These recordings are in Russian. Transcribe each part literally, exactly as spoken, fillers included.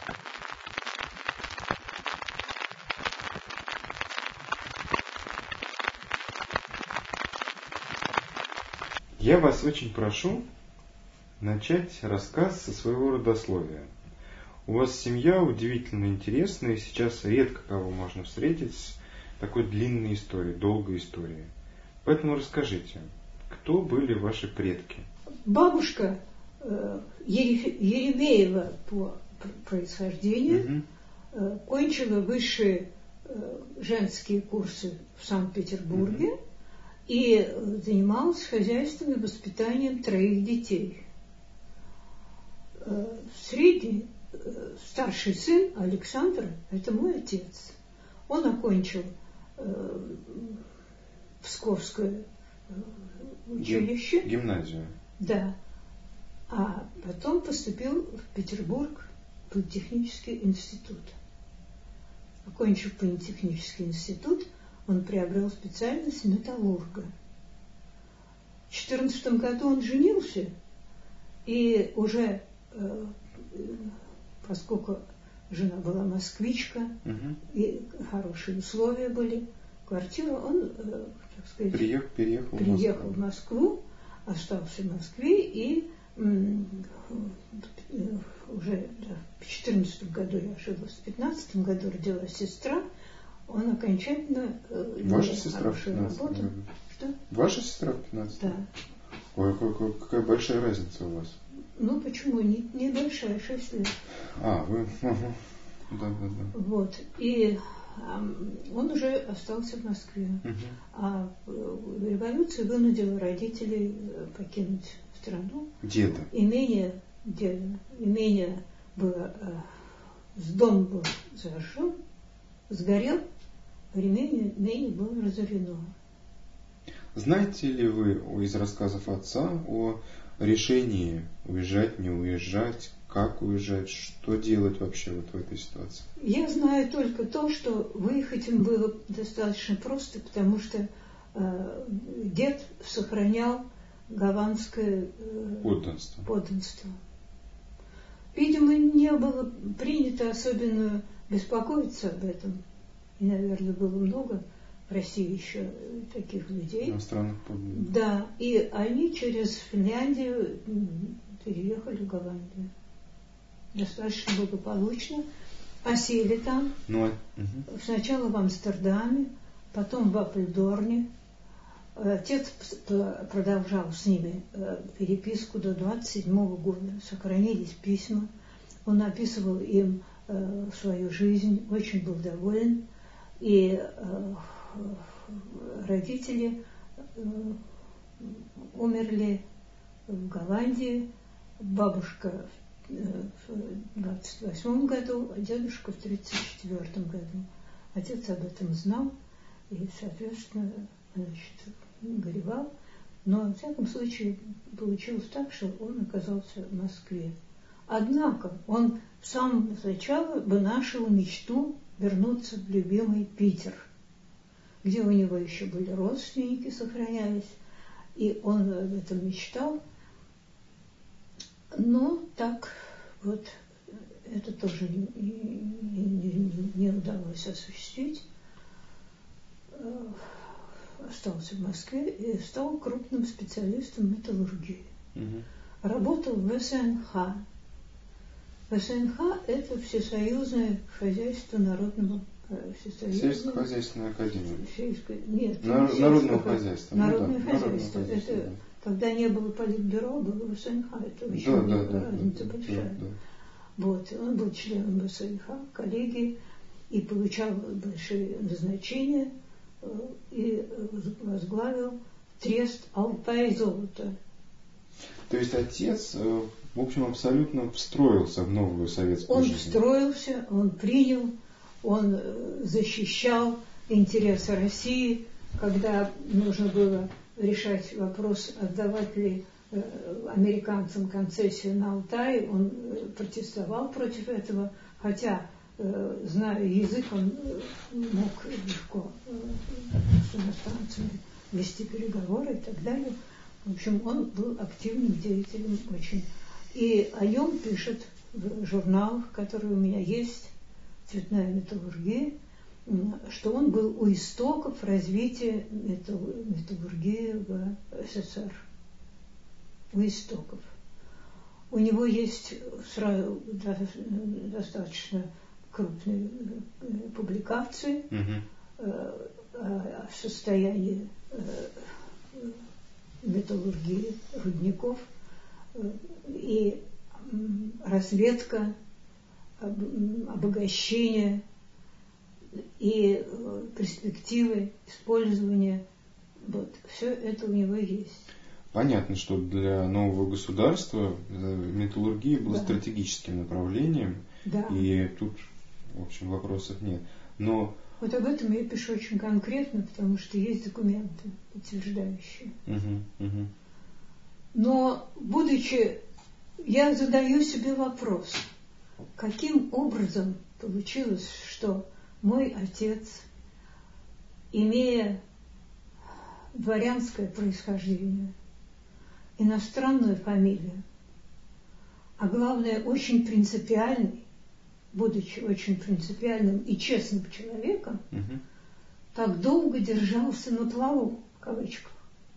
Я вас очень прошу начать рассказ со своего родословия. У вас семья удивительно интересная, и сейчас редко кого можно встретить с такой длинной историей, долгой историей. Поэтому расскажите, кто были ваши предки? Бабушка э, Еремеева по происхождению, угу. э, кончила высшие э, женские курсы в Санкт-Петербурге, угу. и занималась хозяйством и воспитанием троих детей. Средний, старший сын Александр – это мой отец. Он окончил Псковское училище. Гимназию. Да. А потом поступил в Петербург политехнический институт. Окончив политехнический институт, он приобрел специальность металлурга. В две тысячи четырнадцатом году он женился, и уже, э, поскольку жена была москвичка, угу. и хорошие условия были, квартиру он, э, так сказать, Приех, переехал, приехал в Москву, остался в Москве, и э, уже да, в две тысячи четырнадцатом году я жила, в две тысячи пятнадцатом году родилась сестра. Он окончательно э, Ваша сестра в пятнадцатом году? Что? Ваша сестра в пятнадцатом? Да. Ой, какая, какая большая разница у вас. Ну, почему? Не, небольшая, шесть лет. А, вы... Да, да, да. Вот. И э, он уже остался в Москве. Угу. А э, революция вынудила родителей покинуть страну. Деда? Имение деда. Имение было... Э, с дом был зажжен, сгорел, имение ныне было разорено. Знаете ли вы из рассказов отца о решении уезжать, не уезжать, как уезжать, что делать вообще вот в этой ситуации? Я знаю только то, что выехать им было достаточно просто, потому что э, дед сохранял гаванское э, подданство. подданство. Видимо, не было принято особенно беспокоиться об этом. И, наверное, было много в России еще таких людей. Иностранных подданных. Да, и они через Финляндию переехали в Голландию. Достаточно благополучно. Осели там. Ну, угу. Сначала в Амстердаме, потом в Аппельдорне. Отец продолжал с ними переписку до двадцать седьмого года. Сохранились письма. Он описывал им свою жизнь, очень был доволен. И родители умерли в Голландии. Бабушка в двадцать восьмом году, а дедушка в тридцать четвёртом году. Отец об этом знал и, соответственно, значит, горевал. Но, во всяком случае, получилось так, что он оказался в Москве. Однако он с самого начала вынашивал мечту вернуться в любимый Питер, где у него еще были родственники, сохранялись, и он об этом мечтал. Но так вот это тоже не, не, не, не удалось осуществить. Остался в Москве и стал крупным специалистом металлургии. Угу. Работал в эс эн ха. эс эн ха – это Всесоюзное хозяйство народного Сельскохозяйственная академия. Сельское, нет, Нар- не народного хозяйства. Народное ну, да, хозяйство. Народное хозяйство это, да. Когда не было политбюро, было эс эн ха. Это очень да, да, разница да, большая. Да, да. Вот, он был членом эс эн ха, коллегии, и получал большие назначения, и возглавил трест «Алтай золото». То есть отец, в общем, абсолютно встроился в новую советскую он жизнь. Он встроился, он принял, он защищал интересы России, когда нужно было решать вопрос, отдавать ли американцам концессию на Алтай. Он протестовал против этого, хотя, зная язык, он мог легко с иностранцами вести переговоры и так далее. В общем, он был активным деятелем очень. И о нем пишет в журналах, которые у меня есть, «Цветная металлургия», что он был у истоков развития металлургии в СССР. У истоков. У него есть сразу достаточно крупные публикации угу. о состоянии металлургии рудников и разведка, обогащение и перспективы использования. Вот, все это у него есть. Понятно, что для нового государства металлургия была да. стратегическим направлением, да. и тут, в общем, вопросов нет. Но вот об этом я пишу очень конкретно, потому что есть документы, подтверждающие. Угу, угу. Но, будучи, я задаю себе вопрос, каким образом получилось, что мой отец, имея дворянское происхождение, иностранную фамилию, а главное, очень принципиальный, будучи очень принципиальным и честным человеком, угу. так долго держался на плаву, в кавычках.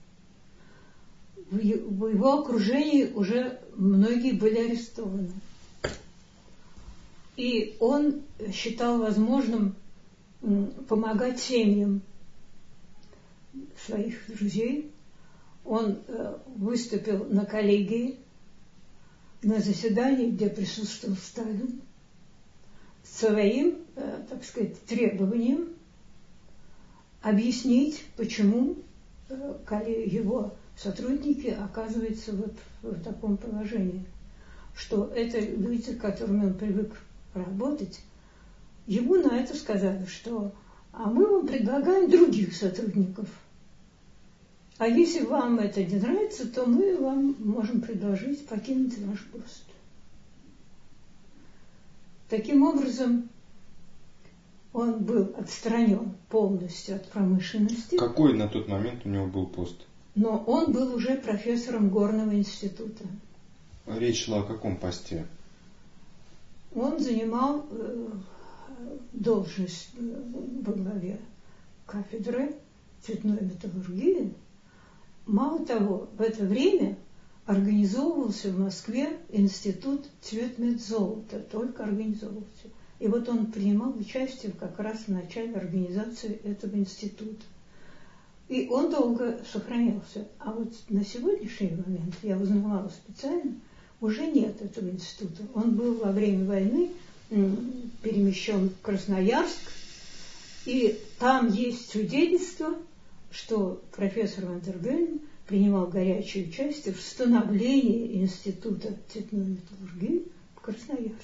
В его окружении уже многие были арестованы. И он считал возможным помогать семьям своих друзей. Он выступил на коллегии, на заседании, где присутствовал Сталин, с своим, так сказать, требованием объяснить, почему его сотрудники оказываются вот в таком положении, что это люди, с которыми он привык работать. Ему на это сказали, что а мы вам предлагаем других сотрудников. А если вам это не нравится, то мы вам можем предложить покинуть ваш пост. Таким образом, он был отстранен полностью от промышленности. Какой на тот момент у него был пост? Но он был уже профессором Горного института. Речь шла о каком посте? Он занимал э, должность во главе кафедры цветной металлургии. Мало того, в это время организовывался в Москве институт цветмедзолота, только организовывался. И вот он принимал участие как раз в начале организации этого института. И он долго сохранялся. А вот на сегодняшний момент, я узнавала специально, уже нет этого института. Он был во время войны перемещен в Красноярск, и там есть свидетельство, что профессор Вандербельн принимал горячее участие в становлении Института цветной металлургии в Красноярске.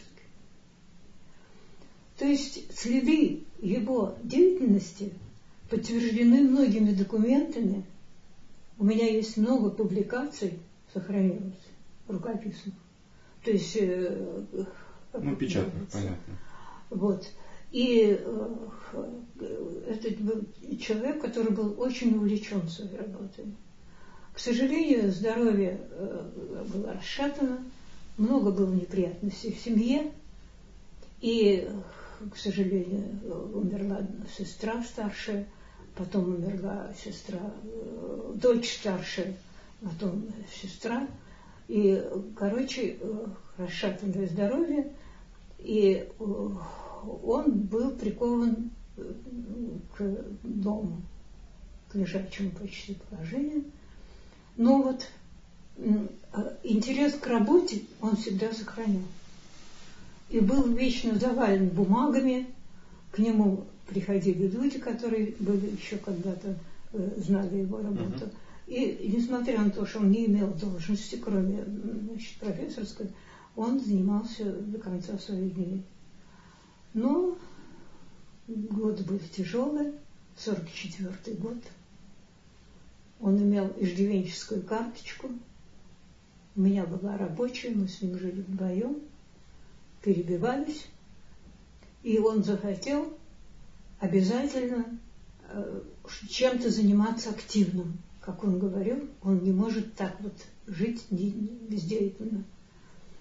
То есть следы его деятельности подтверждены многими документами. У меня есть много публикаций, сохранилось, рукописных. То есть... Ну, печатных, понятно. Вот. И э, это был человек, который был очень увлечен своей работой. К сожалению, здоровье э, было расшатано, много было неприятностей в семье, и, к сожалению, умерла сестра старшая, потом умерла сестра, э, дочь старшая, потом сестра, и, короче, э, расшатанное здоровье, и э, он был прикован к дому, к лежачему почти положению. Но вот интерес к работе он всегда сохранял. И был вечно завален бумагами. К нему приходили люди, которые были еще когда-то, знали его работу. Uh-huh. И несмотря на то, что он не имел должности, кроме, значит, профессорской, он занимался до конца своих дней. Но годы были тяжелые, сорок четвёртый год. Он имел иждивенческую карточку. У меня была рабочая, мы с ним жили вдвоем, перебивались. И он захотел обязательно э, чем-то заниматься активным. Как он говорил, он не может так вот жить бездеятельно.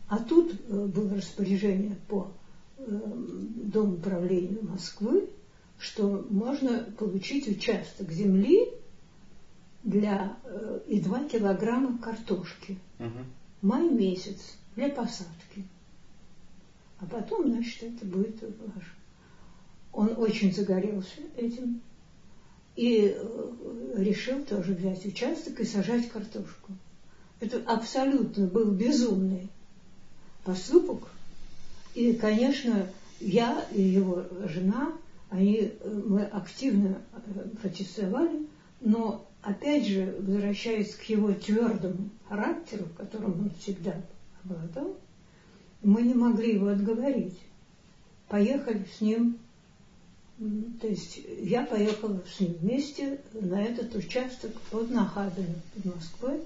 А тут э, было распоряжение по э, Дому управления Москвы, что можно получить участок земли для, э, и два килограмма картошки. Угу. Май месяц для посадки. А потом, значит, это будет ваш. Он очень загорелся этим и решил тоже взять участок и сажать картошку. Это абсолютно был безумный поступок. И, конечно, я и его жена, они, мы активно протестовали, но, опять же, возвращаясь к его твердому характеру, которым он всегда обладал, мы не могли его отговорить. Поехали с ним, то есть я поехала с ним вместе на этот участок под Нахабино, под Москвой.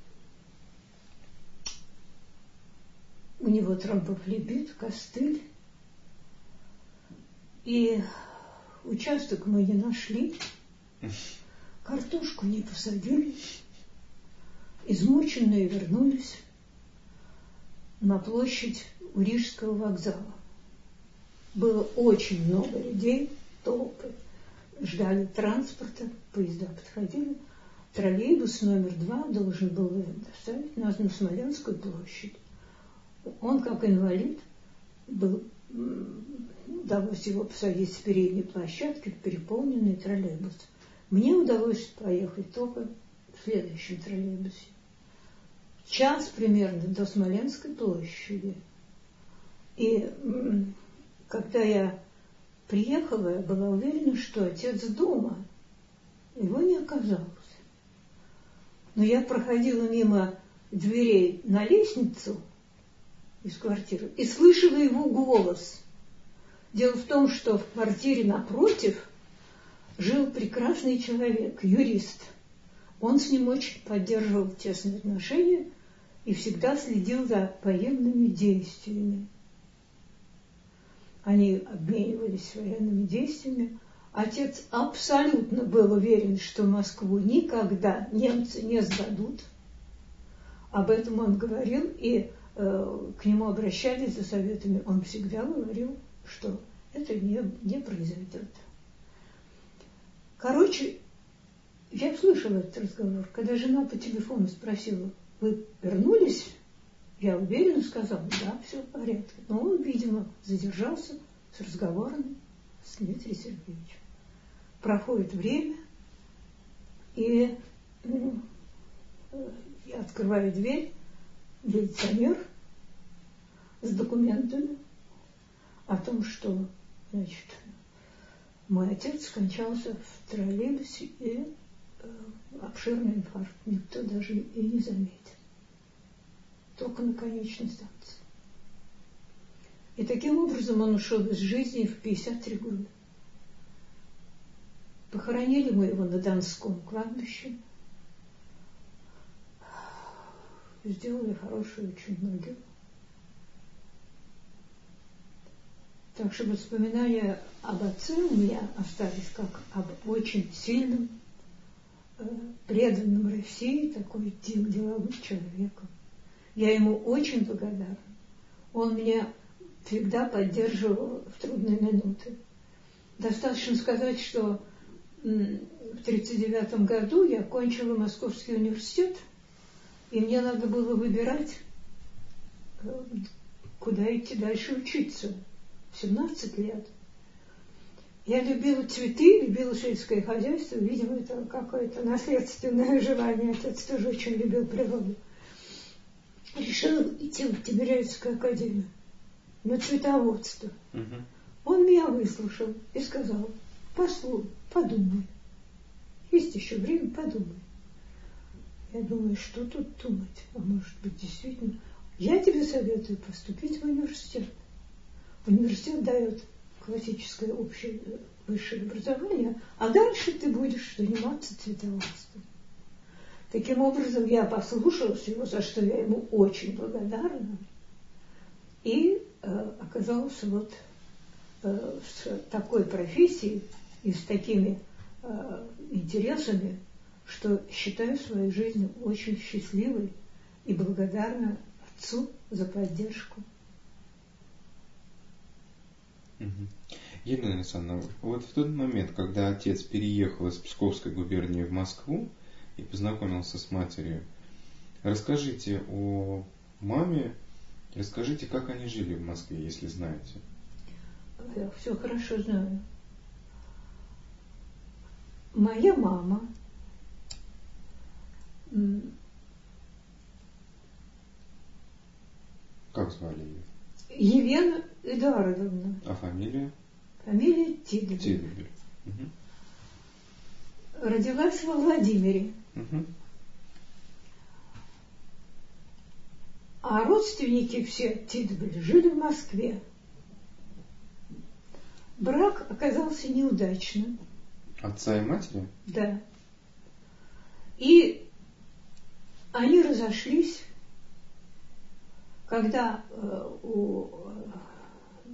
У него тромбофлебит, костыль. И участок мы не нашли, картошку не посадили, измученные вернулись на площадь у Рижского вокзала. Было очень много людей, толпы, ждали транспорта, поезда подходили. Троллейбус номер два должен был доставить нас на Смоленскую площадь. Он, как инвалид, был, удалось его посадить с передней площадки в переполненный троллейбус. Мне удалось поехать только в следующем троллейбусе. Час примерно до Смоленской площади. И когда я приехала, я была уверена, что отец дома. Его не оказалось. Но я проходила мимо дверей на лестницу из квартиры и слышала его голос. Дело в том, что в квартире напротив жил прекрасный человек, юрист. Он с ним очень поддерживал тесные отношения и всегда следил за военными действиями. Они обменивались военными действиями. Отец абсолютно был уверен, что Москву никогда немцы не сдадут. Об этом он говорил, и э, к нему обращались за советами. Он всегда говорил, что это не, не произойдет. Короче, я слышала этот разговор. Когда жена по телефону спросила: вы вернулись? Я уверенно сказала: да, все в порядке. Но он, видимо, задержался с разговором с Дмитрием Сергеевичем. Проходит время, и ну, я открываю дверь, милиционер с документами о том, что, значит, мой отец скончался в троллейбусе, и э, обширный инфаркт. Никто даже и не заметил. Только на конечной станции. И таким образом он ушел из жизни в пятьдесят три года. Похоронили мы его на Донском кладбище. Сделали хорошую очень могилу. Так что воспоминания об отце у меня остались как об очень сильном, преданном России, такой деловым человеком. Я ему очень благодарна. Он меня всегда поддерживал в трудные минуты. Достаточно сказать, что в тридцать девятом году я окончила Московский университет, и мне надо было выбирать, куда идти дальше учиться. В семнадцать лет. Я любила цветы, любила сельское хозяйство. Видимо, это какое-то наследственное желание. Отец тоже очень любил природу. Решила идти в Тимирязевскую академию на цветоводство. Угу. Он меня выслушал и сказал: послушай, подумай. Есть еще время, подумай. Я думаю, что тут думать? А может быть, действительно, я тебе советую поступить в университет. Университет дает классическое общее высшее образование, а дальше ты будешь заниматься цветоводством. Таким образом, я послушалась его, за что я ему очень благодарна, и э, оказалась вот э, с такой профессией и с такими э, интересами, что считаю свою жизнь очень счастливой и благодарна отцу за поддержку. Угу. Елена Александровна, вот в тот момент, когда отец переехал из Псковской губернии в Москву и познакомился с матерью, расскажите о маме, расскажите, как они жили в Москве, если знаете. Я все хорошо знаю. Моя мама как звали ее? Елена Эдуардовна. А фамилия? Фамилия Тидебель. Тидебель. Угу. Родилась во Владимире. Угу. А родственники все Тидебель жили в Москве. Брак оказался неудачным. Отца и матери? Да. И они разошлись, когда э, у э,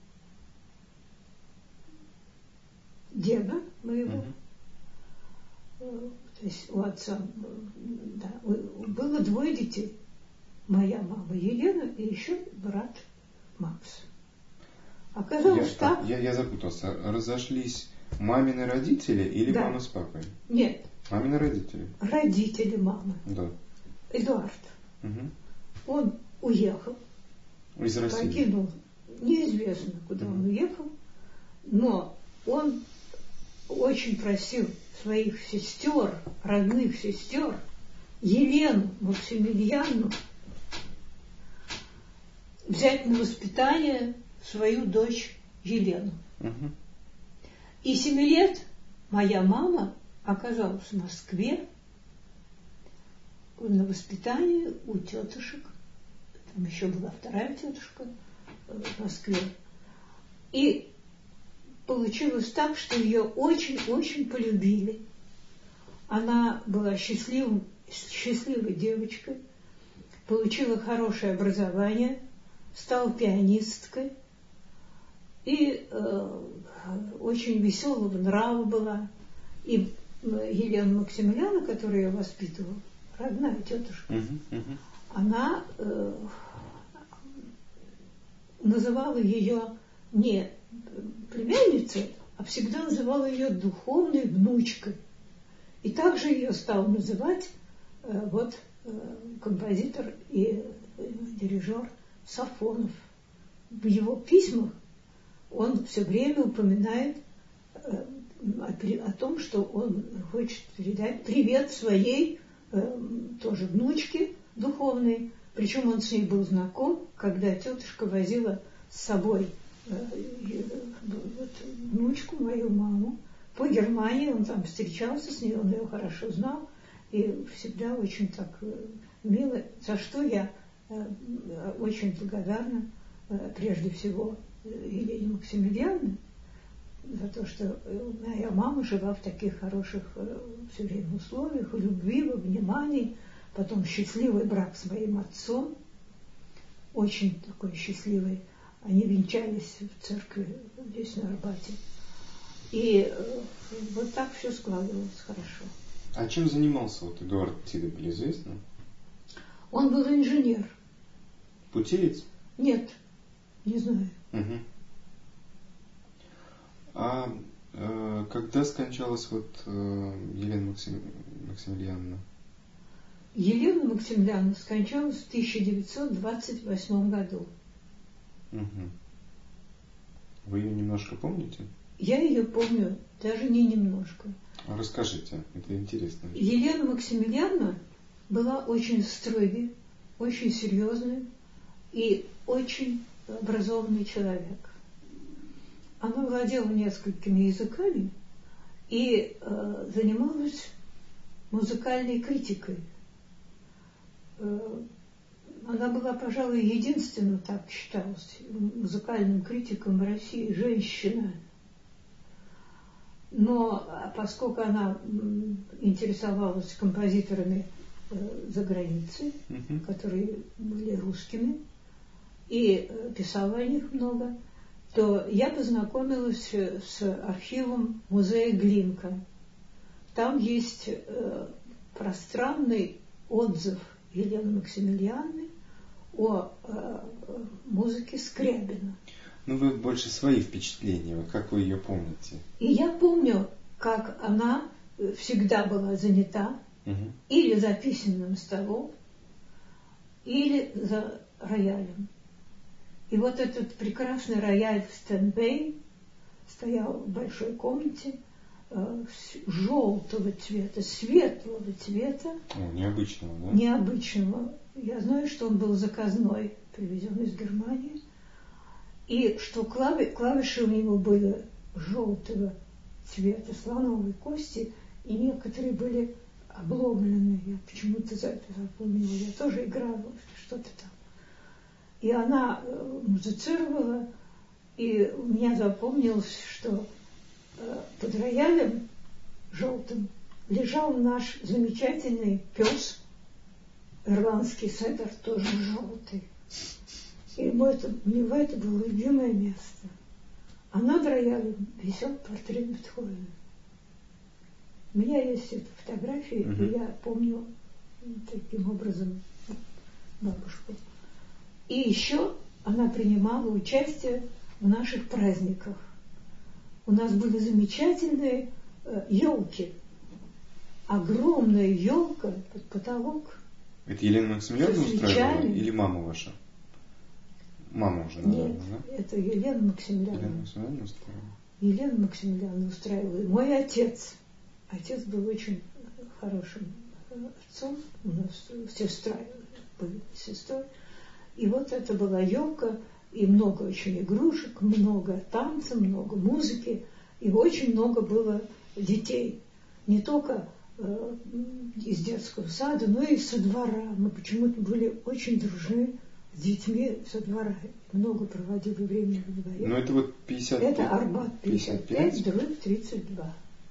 деда моего, угу. э, то есть у отца, э, да, было двое детей. Моя мама Елена и еще брат Макс. Оказалось я, так. Я, я запутался. Разошлись мамины родители или да. мама с папой? Нет. Мамины родители. Родители мамы. Да. Эдуард. Угу. Он уехал. Из России. Покинул. Неизвестно, куда угу. он уехал. Но он очень просил своих сестер, родных сестер, Елену Максимилианну, взять на воспитание свою дочь Елену. Угу. И семи лет моя мама оказалась в Москве на воспитании у тетушек. Там еще была вторая тетушка в Москве. И получилось так, что ее очень-очень полюбили. Она была счастливым, счастливой девочкой, получила хорошее образование, стала пианисткой и э, очень веселого нрава была. И Елена Максимилиановна, которую я воспитывала, родная тетушка, uh-huh, uh-huh. она э, называла ее не племянницей, а всегда называла ее духовной внучкой. И также ее стал называть э, вот э, композитор и э, дирижер Сафонов. В его письмах он все время упоминает э, о, о том, что он хочет передать привет своей э, тоже внучке духовной. Причем он с ней был знаком, когда тетушка возила с собой э, вот, внучку, мою маму, по Германии. Он там встречался с ней, он ее хорошо знал. И всегда очень так э, мило, за что я э, очень благодарна э, прежде всего Елене Максимилиановне, за то, что моя мама жила в таких хороших э, все время условиях, в любви, во внимании, потом счастливый брак с моим отцом, очень такой счастливый. Они венчались в церкви здесь, на Арбате. И э, вот так все складывалось хорошо. А чем занимался вот Эдуард Тидебель, известно? Он был инженер. Путилец? Нет, не знаю. Угу. А э, когда скончалась вот э, Елена Максим... Максимилиановна? Елена Максимилиановна скончалась в тысяча девятьсот двадцать восьмом году. Угу. Вы ее немножко помните? Я ее помню, даже не немножко. А расскажите, это интересно. Елена Максимилиановна была очень строгой, очень серьезной и очень образованный человек. Она владела несколькими языками и э, занималась музыкальной критикой. Э, она была, пожалуй, единственным, так считалось, музыкальным критиком в России женщина. Но поскольку она интересовалась композиторами э, за границей, uh-huh. которые были русскими, и писала о них много, то я познакомилась с архивом музея Глинка. Там есть э, пространный отзыв Елены Максимилиановны о э, музыке Скрябина. Ну, вы больше свои впечатления, вот как вы ее помните? И я помню, как она всегда была занята угу. или за письменным столом, или за роялем. И вот этот прекрасный рояль в Стенбей стоял в большой комнате, э, желтого цвета, светлого цвета. О, необычного, да? Необычного. Я знаю, что он был заказной, привезен из Германии. И что клави, клавиши у него были желтого цвета, слоновой кости, и некоторые были обломленные. Я почему-то за это запомнила. Я тоже играла что-то там. И она музицировала, и у меня запомнилось, что под роялем желтым лежал наш замечательный пес, ирландский седер, тоже желтый. И это, у него это было любимое место. А над роялем висел портрет Бетховена. У меня есть эта фотография, uh-huh. и я помню таким образом бабушку. И еще она принимала участие в наших праздниках. У нас были замечательные э, елки. Огромная елка под потолок. Это Елена Максимилиановна устраивала или мама ваша? Мама уже, наверное, Нет, да? это Елена Максимилиановна. Елена Максимилиановна устраивала? Елена Максимилиановна устраивала. И мой отец. Отец был очень хорошим отцом. У нас сестра были сестрой. И вот это была елка, и много очень игрушек, много танца, много музыки, и очень много было детей. Не только э, из детского сада, но и со двора. Мы почему-то были очень дружны с детьми со двора. Много проводили времени во дворе. Но это вот пятьдесят пять. Это Арбат пятьдесят пять, дробь тридцать два.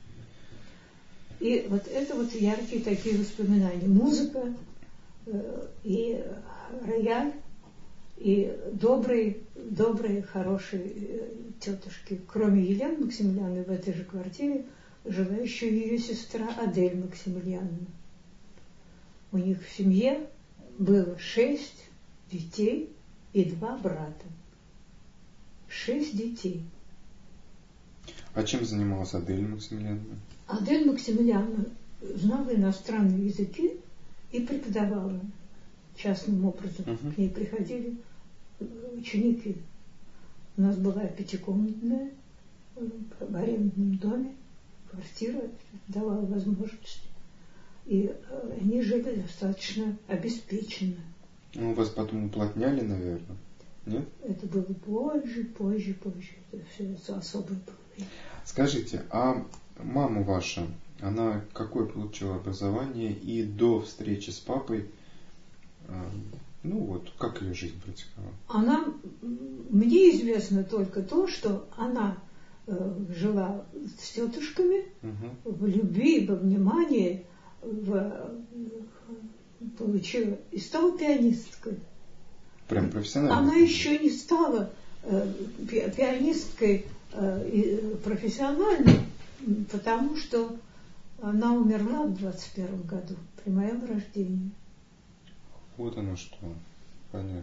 И вот это вот яркие такие воспоминания. Музыка э, и рояль. И добрые, добрые, хорошие тетушки. Кроме Елены Максимилиановны в этой же квартире жила еще ее сестра Адель Максимилиановна. У них в семье было шесть детей и два брата. Шесть детей. А чем занималась Адель Максимилиановна? Адель Максимилиановна знала иностранные языки и преподавала. Частным образом uh-huh. к ней приходили ученики. У нас была пятикомнатная в арендном доме, квартира давала возможность. И они жили достаточно обеспеченно. Ну, вас потом уплотняли, наверное, нет? Это было позже, позже, позже. Это все это особое было. Скажите, а мама ваша, она какое получила образование и до встречи с папой? Ну вот, как ее жизнь протекала? Она, мне известно только то, что она э, жила с тетушками угу. в любви, во внимании, в, получила и стала пианисткой. Прям профессионально? Она еще не стала э, пи- пианисткой э, профессиональной, потому что она умерла в двадцать первом году, при моем рождении. Вот оно что. Понятно.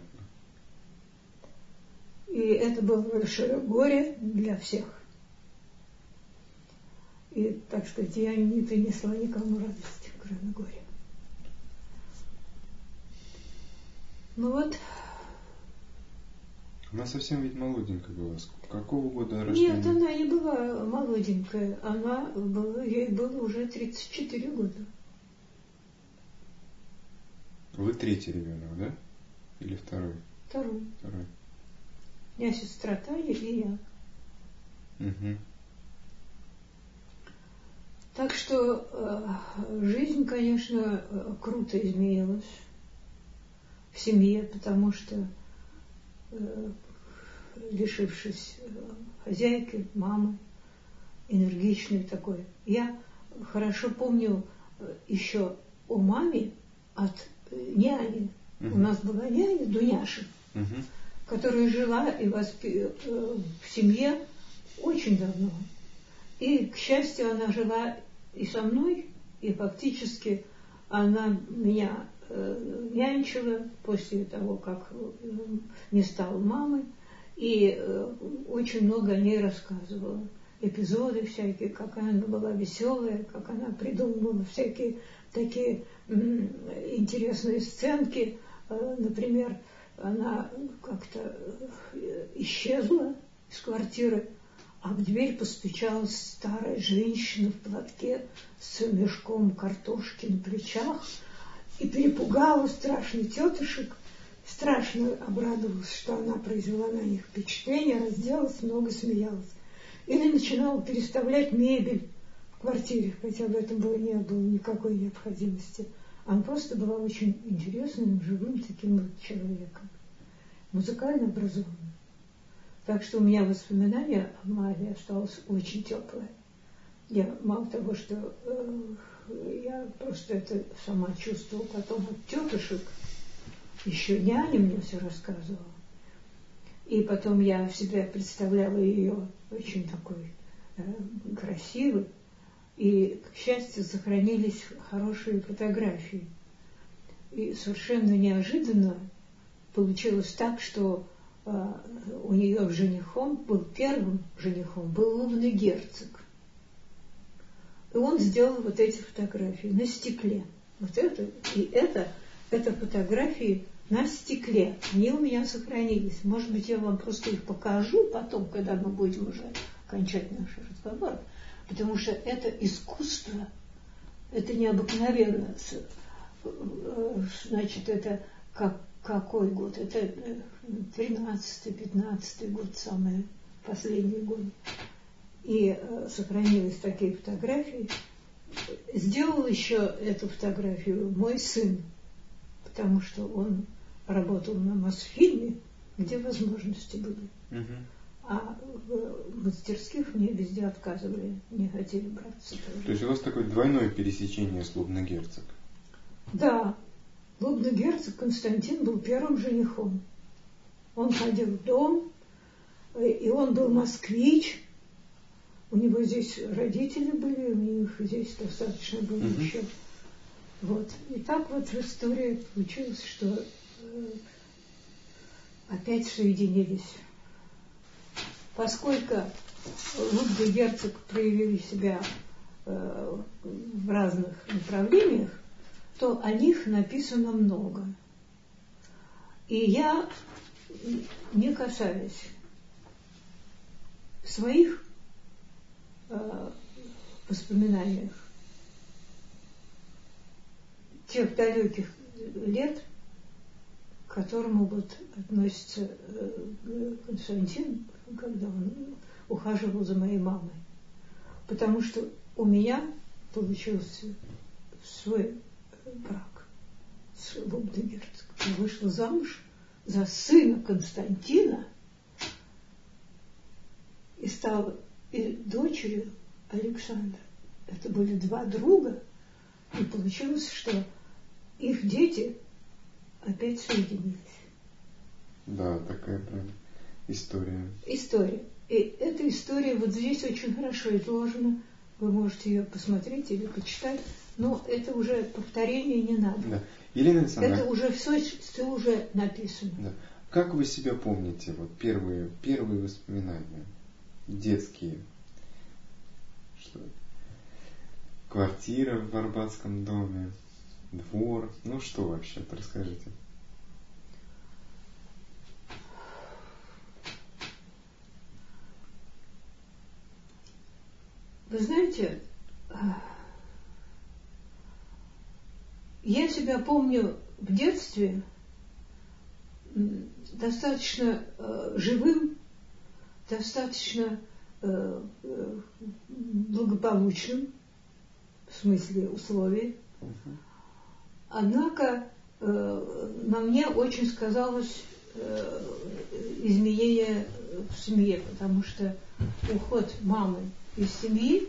И это было большое горе для всех. И, так сказать, я не принесла никому радости, кроме горя. Ну вот. Она совсем ведь молоденькая была. Какого года рождения? Нет, она не была молоденькая. Она была, ей было уже тридцать четыре года. Вы третий ребенок, да? Или второй? Второй. Второй. У меня сестра Таня и я. Угу. Так что э, жизнь, конечно, э, круто изменилась в семье, потому что, э, лишившись э, хозяйки, мамы, энергичной такой, я хорошо помню э, еще о маме от няни. Uh-huh. У нас была няня Дуняша, uh-huh. которая жила и воспи... в семье очень давно. И, к счастью, она жила и со мной, и фактически она меня э, нянчила после того, как э, не стала мамой. И э, очень много о ней рассказывала. Эпизоды всякие, какая она была веселая, как она придумывала всякие такие м, интересные сценки. Э, например, она как-то исчезла из квартиры, а в дверь постучалась старая женщина в платке с мешком картошки на плечах и перепугала страшно тетушек, страшно обрадовалась, что она произвела на них впечатление, разделась, много смеялась. Или начинала переставлять мебель в квартире, хотя в этом было, не было никакой необходимости. Она просто была очень интересным, живым таким вот человеком, музыкально образованным. Так что у меня воспоминание о маме осталось очень теплое. Я мало того, что э, я просто это сама чувствовала потом от тетушек, еще няня мне все рассказывала. И потом я в себе представляла ее очень такой э, красивой. И, к счастью, сохранились хорошие фотографии. И совершенно неожиданно получилось так, что э, у нее женихом был, первым женихом был лунный герцог. И он сделал вот эти фотографии на стекле. Вот это и это, это фотографии на стекле. Они у меня сохранились. Может быть, я вам просто их покажу потом, когда мы будем уже кончать наш разговор. Потому что это искусство, это необыкновенно. Значит, это как, какой год? Это тринадцатый, пятнадцатый год, самый последний год. И э, сохранились такие фотографии. Сделал еще эту фотографию мой сын, потому что он работал на Мосфильме, где возможности были. Угу. А в мастерских мне везде отказывали, не хотели браться. То есть у вас такое двойное пересечение с Лобный герцог? Да. Лобный герцог Константин был первым женихом. Он ходил в дом, и он был москвич. У него здесь родители были, у них здесь достаточно было угу. еще. Вот. И так вот в истории получилось, что э, опять соединились. Поскольку Лобный герцог проявили себя э, в разных направлениях, то о них написано много. И я, не касаясь своих э, воспоминаниях тех далеких лет, к которому вот относится э, Константин, когда он ухаживал за моей мамой. Потому что у меня получился свой брак с Лобным герцогом. Я вышла замуж за сына Константина и стала и дочерью Александра. Это были два друга, и получилось, что их дети опять соединились. Да, такая прям история. История. И эта история вот здесь очень хорошо изложена. Вы можете ее посмотреть или почитать. Но это уже повторение не надо. Да. Елена Александровна, это уже все, все уже написано. Да. Как вы себя помните? Вот первые, первые воспоминания детские. Что? Квартира в Арбатском доме, двор. Ну что вообще, расскажите. Вы знаете, я себя помню в детстве достаточно э, живым, достаточно э, э, благополучным, в смысле условий. Uh-huh. Однако э, на мне очень сказалось э, изменение в семье, потому что уход мамы из семьи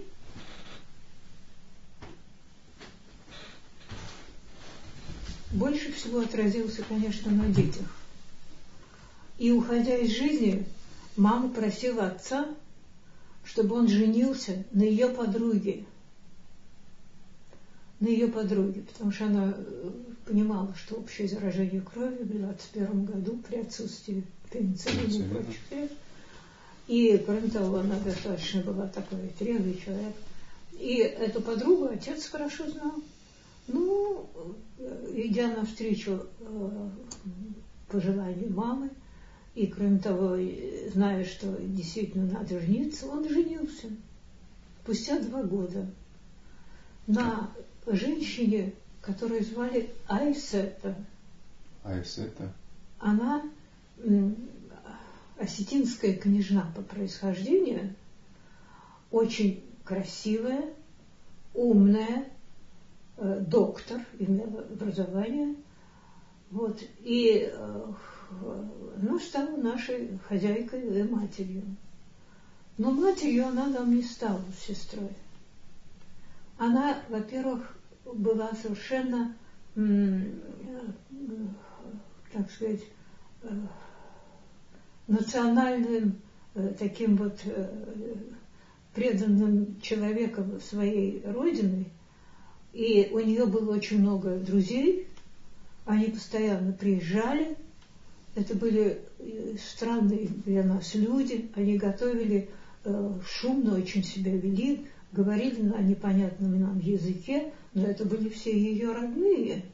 больше всего отразился, конечно, на детях. И, уходя из жизни, мама просила отца, чтобы он женился на ее подруге. На ее подруге, потому что она понимала, что общее заражение крови в двадцать первом году при отсутствии пенициллина и прочих средств. И, кроме того, она достаточно была такой трезвый человек. И эту подругу отец хорошо знал. Ну, идя навстречу э, пожеланию мамы, и, кроме того, зная, что действительно надо жениться, он женился спустя два года на женщине, которую звали Айсета. Айсета? Она м, осетинская княжна по происхождению, очень красивая, умная, э, доктор, имела образование. Вот, и э, она стала нашей хозяйкой и матерью. Но матерью она нам не стала, сестрой. Она, во-первых, была совершенно, м, э, так сказать, э, национальным э, таким вот э, преданным человеком своей родины. И у нее было очень много друзей. Они постоянно приезжали. Это были странные для нас люди. Они готовили э, шумно, очень себя вели, говорили на непонятном нам языке, но это были все ее родные.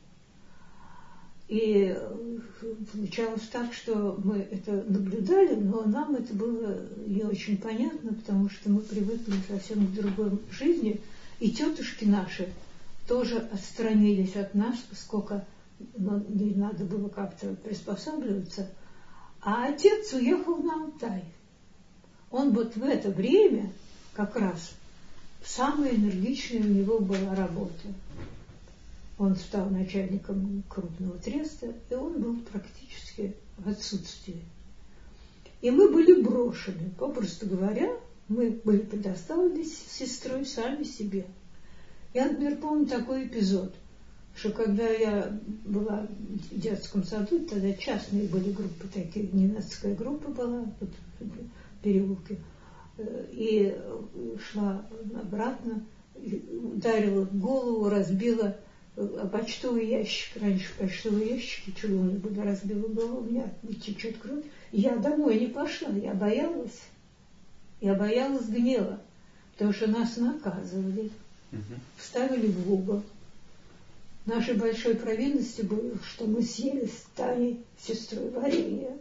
И получалось так, что мы это наблюдали, но нам это было не очень понятно, потому что мы привыкли совсем к другой жизни. И тетушки наши тоже отстранились от нас, поскольку ну, не надо было как-то приспосабливаться. А отец уехал на Алтай. Он вот в это время, как раз, самая энергичная у него была работа. Он стал начальником крупного треста, и он был практически в отсутствии. И мы были брошены, попросту говоря, мы были предоставлены с сестрой сами себе. Я, например, помню такой эпизод, что когда я была в детском саду, тогда частные были группы такие, немецкая группа была вот, в переулке, и шла обратно, ударила в голову, разбила почтовый ящик. Раньше почтовые ящики чугунные были, разбила голову, у меня течет кровь. Я домой не пошла, я боялась. Я боялась гнева, потому что нас наказывали, вставили в угол. Нашей большой провинностью было, что мы съели с Таней, сестрой, варенье.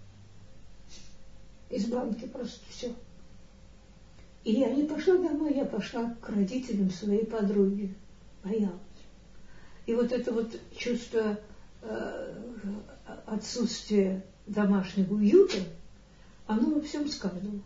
Из банки просто все. И я не пошла домой, я пошла к родителям своей подруги. Боялась. И вот это вот чувство э, отсутствия домашнего уюта, оно во всем сказывалось.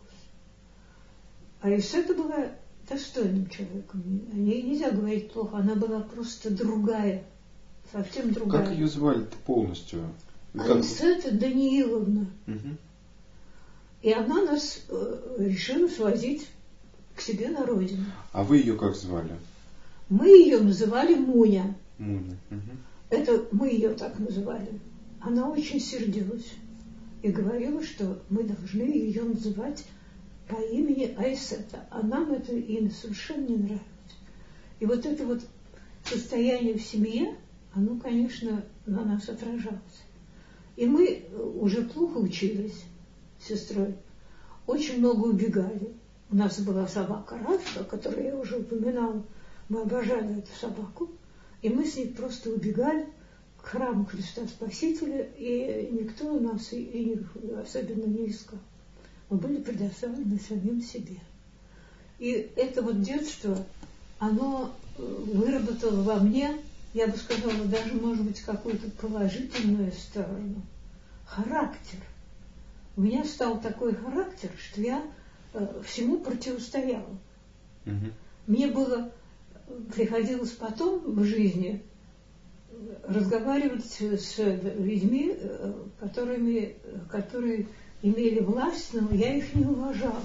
А Айсета была достойным человеком. О ней нельзя говорить плохо, она была просто другая, совсем другая. Как ее звали-то полностью? Айсета Данииловна. Угу. И она нас э, решила свозить к себе на родину. А вы ее как звали? Мы ее называли Муня. Муня. Угу. Это мы ее так называли. Она очень сердилась и говорила, что мы должны ее называть по имени Айсета. А нам это имя совершенно не нравилось. И вот это вот состояние в семье, оно, конечно, на нас отражалось. И мы уже плохо учились с сестрой, очень много убегали. У нас была собака Рафа, которую я уже упоминала. Мы обожали эту собаку. И мы с ней просто убегали к храму Христа Спасителя, и никто нас и, и особенно не искал. Мы были предоставлены самим себе. И это вот детство, оно выработало во мне, я бы сказала, даже, может быть, какую-то положительную сторону. Характер. У меня стал такой характер, что я э, всему противостояла. Угу. Мне было, приходилось потом в жизни разговаривать с людьми, которыми, которые имели власть, но я их не уважала.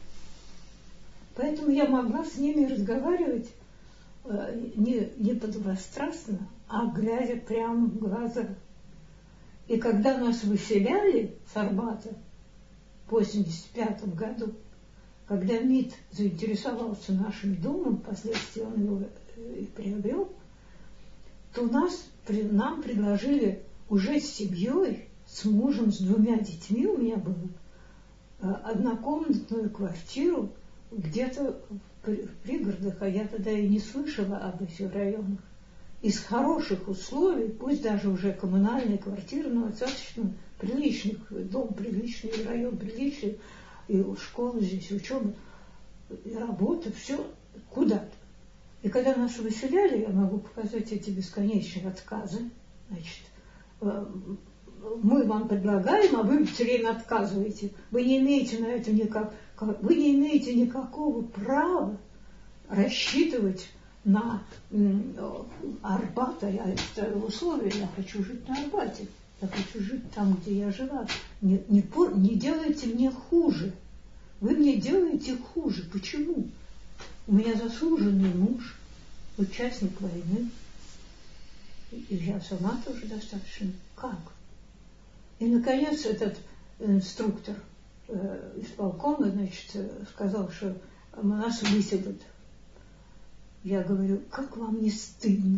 Поэтому я могла с ними разговаривать э, не, не подвострастно, а глядя прямо в глаза. И когда нас выселяли с Арбата в восемьдесят пятом году, когда МИД заинтересовался нашим домом, впоследствии он его и приобрел, то нас, нам предложили уже с семьей, с мужем, с двумя детьми у меня было, однокомнатную квартиру где-то в пригородах, а я тогда и не слышала об этих районах. Из хороших условий, пусть даже уже коммунальная квартира, но достаточно приличных, дом приличный, район приличный, и школа здесь, учеба, и работа, все куда-то. И когда нас выселяли, я могу показать эти бесконечные отказы, значит, мы вам предлагаем, а вы все время отказываете. Вы не имеете на это никак, вы не имеете никакого права рассчитывать на Арбат, а я ставила условия, я хочу жить на Арбате, я хочу жить там, где я жила. Не, не, не делайте мне хуже. Вы мне делаете хуже. Почему? У меня заслуженный муж, участник войны, и я сама тоже достаточно. Как? И, наконец, этот инструктор э, исполкома, значит, сказал, что нас выселят. Я говорю, как вам не стыдно?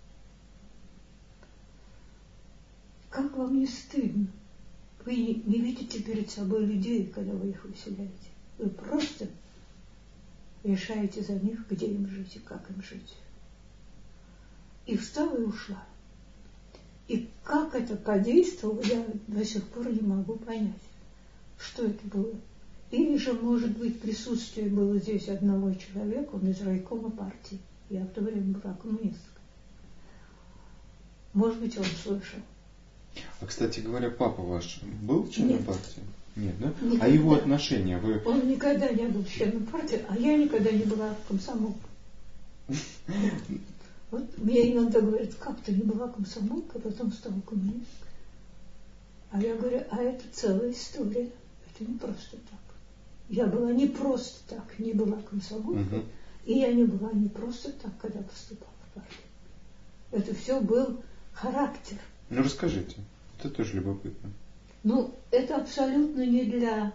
Как вам не стыдно? Вы не, не видите перед собой людей, когда вы их выселяете. Вы просто решаете за них, где им жить и как им жить. И встала и ушла. И как это подействовало, я до сих пор не могу понять, что это было. Или же, может быть, присутствие было здесь одного человека, он из райкома партии. Я в то время была коммунисткой. Может быть, он слышал. А, кстати говоря, папа ваш был членом Нет. партии? Нет, да? Никогда. А его отношения вы... Он никогда не был членом партии, а я никогда не была комсомолкой. Вот мне иногда говорят, как ты не была комсомолкой, а потом стала коммунисткой. А я говорю, а это целая история. Это не просто так. Я была не просто так, не была комсомолкой, угу. И я не была не просто так, когда поступала в партию. Это все был характер. Ну, расскажите. Это тоже любопытно. Ну, это абсолютно не для...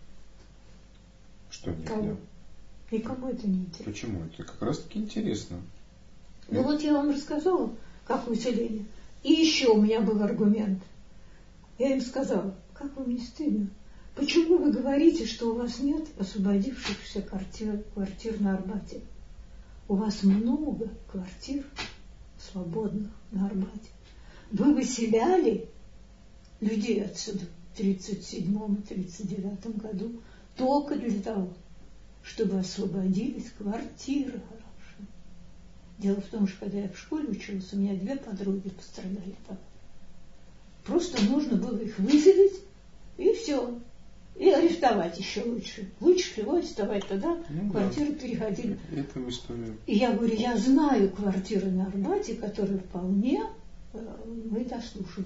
Что не кого? для? Никому это не интересно. Почему? Это как раз-таки интересно. Ну, это... вот я вам рассказала, как выселение. И еще у меня был аргумент. Я им сказала, как вам не стыдно? Почему вы говорите, что у вас нет освободившихся квартир, квартир на Арбате? У вас много квартир свободных на Арбате. Вы выселяли людей отсюда в тридцать седьмом — тридцать девятом году только для того, чтобы освободились квартиры хорошие. Дело в том, что когда я в школе училась, у меня две подруги пострадали там. Просто нужно было их выселить, и все. И арестовать еще лучше. Лучше всего арестовать тогда, ну, квартиры да. переходили. Это в историю. И я говорю, я знаю квартиры на Арбате, которые вполне э, мы дослушали.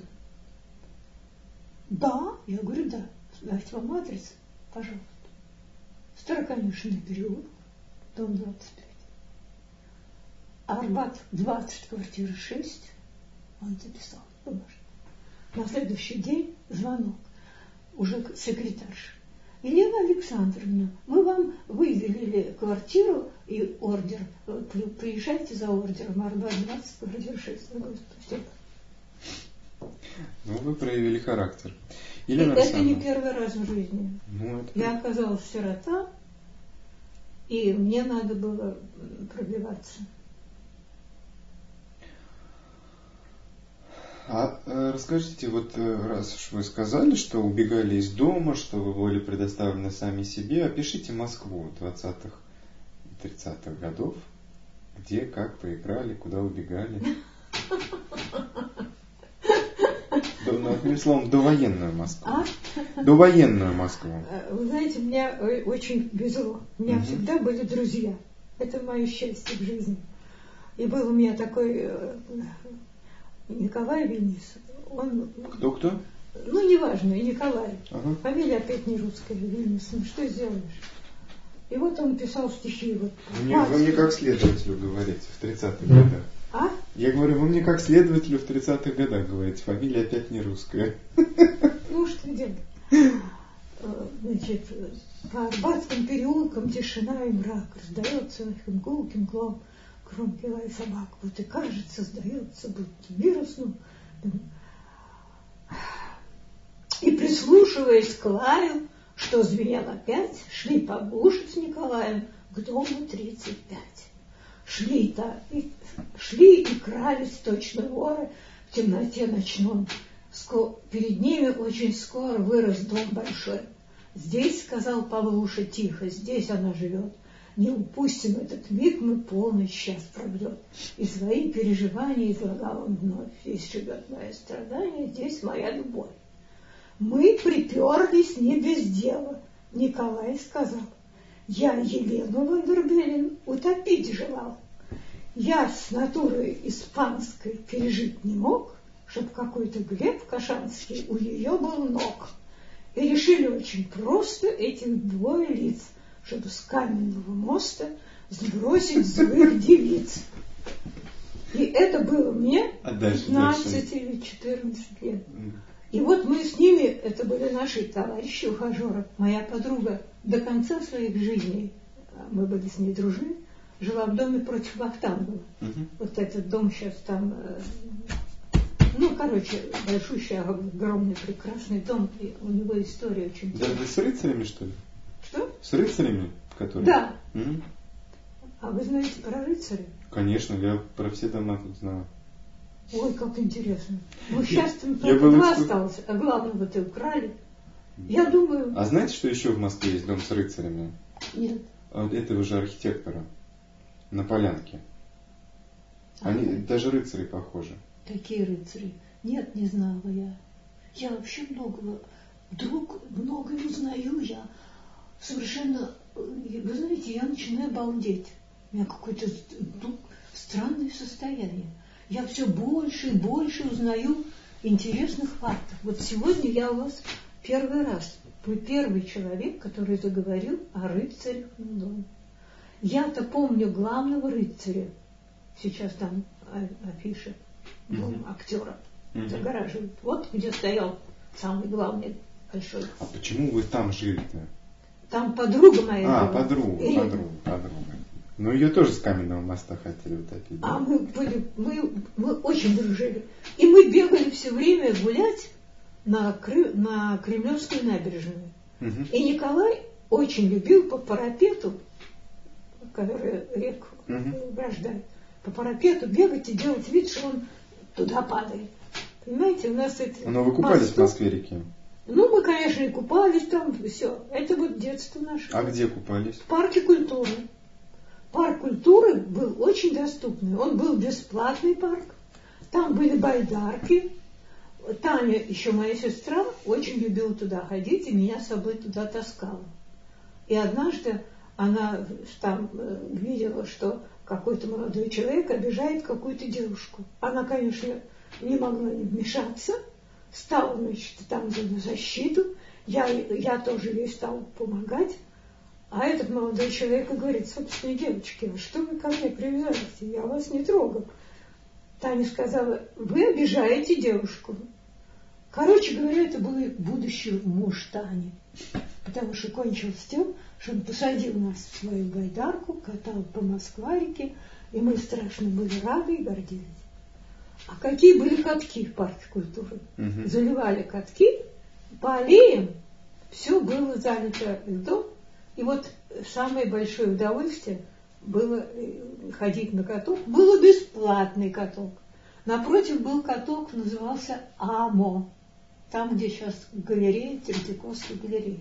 Да, я говорю, да. Дайте вам адрес, пожалуйста. Староконюшенный переулок, дом двадцать пять. Арбат двадцать, квартира шесть. Он записал бумажку. На следующий день звонок. Уже секретарша. Елена Александровна, мы вам выделили квартиру и ордер. Приезжайте за ордером. Арбат двадцать, квартира шесть. Спасибо. Ну, вы проявили характер. Елена это не первый раз в жизни. Ну, это... Я оказалась сирота, и мне надо было пробиваться. А э, расскажите, вот э, раз уж вы сказали, что убегали из дома, что вы были предоставлены сами себе, опишите Москву двадцатых и тридцатых годов, где, как поиграли, куда убегали. Ну, одним словом, довоенную Москву. А? Довоенную Москву. Вы знаете, мне очень везло. У меня угу. всегда были друзья. Это мое счастье в жизни. И был у меня такой Николай Винис. Он... Кто-кто? Ну, неважно, и Николай. Ага. Фамилия опять не русская, Винис. Ну, что сделаешь? И вот он писал стихи. Вот, вы, мне, вы мне как следователю говорите в тридцатых годах. А? Я говорю, вы мне как следователю в тридцатых годах говорите, фамилия опять не русская. Ну, что делать? Значит, по Арбатским переулкам тишина и мрак, раздается их гулким глом громкий лай собак. Вот и кажется, сдается, будто мир уснул. И прислушиваясь к лаю, что звенел опять, шли Павлуша с Николаем к дому тридцать пять. Шли-то, и, шли и крались точно воры в темноте ночном. Ско- перед ними очень скоро вырос дом большой. Здесь, сказал Павлуша тихо, здесь она живет. Не упустим этот миг, мы полный час пройдет. И свои переживания излагал он вновь. Здесь живет мое страдание, здесь моя любовь. Мы приперлись не без дела. Николай сказал, я Елену Вандербелен утопить желал. Я с натурой испанской пережить не мог, чтоб какой-то Глеб Кашанский у ее был ног. И решили очень просто этих двое лиц, чтобы с каменного моста сбросить злых девиц. И это было мне пятнадцать или четырнадцать лет. И вот мы с ними, это были наши товарищи, ухажеры. Моя подруга до конца своих жизней, мы были с ней дружны, жила в доме против Вахтангова. Угу. Вот этот дом сейчас там, ну, короче, большущий, огромный, прекрасный дом. И у него история очень интересная. Да, с рыцарями, что ли? Что? С рыцарями, которые... Да. Угу. А вы знаете про рыцаря? Конечно, я про все дома тут знаю. Ой, как интересно. Ну, сейчас там я только два эксп... осталось, а главного-то украли. Я думаю... А знаете, что еще в Москве есть дом с рыцарями? Нет. От этого же архитектора. На Полянке. Они, а, даже рыцари похожи. Какие рыцари? Нет, не знала я. Я вообще многого... Вдруг многое узнаю я. Совершенно... Вы знаете, я начинаю балдеть. У меня какое-то ну, странное состояние. Я все больше и больше узнаю интересных фактов. Вот сегодня я у вас первый раз. Вы первый человек, который заговорил о рыцарях на доме. Я-то помню главного рыцаря. Сейчас там афиша ну, mm-hmm. актера mm-hmm. загораживают. Вот где стоял самый главный большой. А почему вы там жили-то? Там подруга моя. А, была. подруга, Или... подруга, подруга. Ну, ее тоже с каменного моста хотели утопить. Да? А мы были, мы, мы очень дружили. И мы бегали все время гулять на, Кры, на Кремлевскую набережную. Угу. И Николай очень любил по парапету, который реку угу. рождает, по парапету бегать и делать вид, что он туда падает. Понимаете, у нас это... Но вы купались мосту... в Москве-реке? Ну, мы, конечно, и купались там, все. Это вот детство наше. А где купались? В парке культуры. Парк культуры был очень доступный. Он был бесплатный парк. Там были байдарки. Таня, еще моя сестра, очень любила туда ходить и меня с собой туда таскала. И однажды она там видела, что какой-то молодой человек обижает какую-то девушку. Она, конечно, не могла не вмешаться. Стала, значит, там на защиту. Я, я тоже ей стала помогать. А этот молодой человек говорит, собственно, девочки, а что вы ко мне привязались? Я вас не трогал. Таня сказала, вы обижаете девушку. Короче говоря, это был будущий муж Тани. Потому что кончилось тем, что он посадил нас в свою байдарку, катал по Москва-реке, и мы страшно были рады и гордились. А какие были катки в парке культуры? Угу. Заливали катки по аллеям, все было залито льдом. И вот самое большое удовольствие было ходить на каток. Был бесплатный каток. Напротив был каток, назывался АМО. Там, где сейчас галерея, Третьяковская галерея.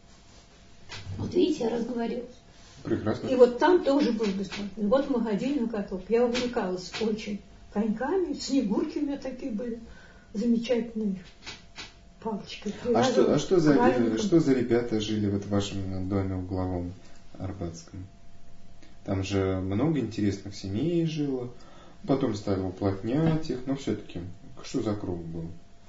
Вот видите, я разговорилась. Прекрасно. И вот там тоже был бесплатный. Вот мы ходили на каток. Я увлекалась очень коньками, снегурки у меня такие были замечательные. Палочкой. А что, а что за, что за ребята жили вот в вашем доме угловом Арбатском? Там же много интересных семей жило. Потом стали уплотнять их, но все-таки что за круг был?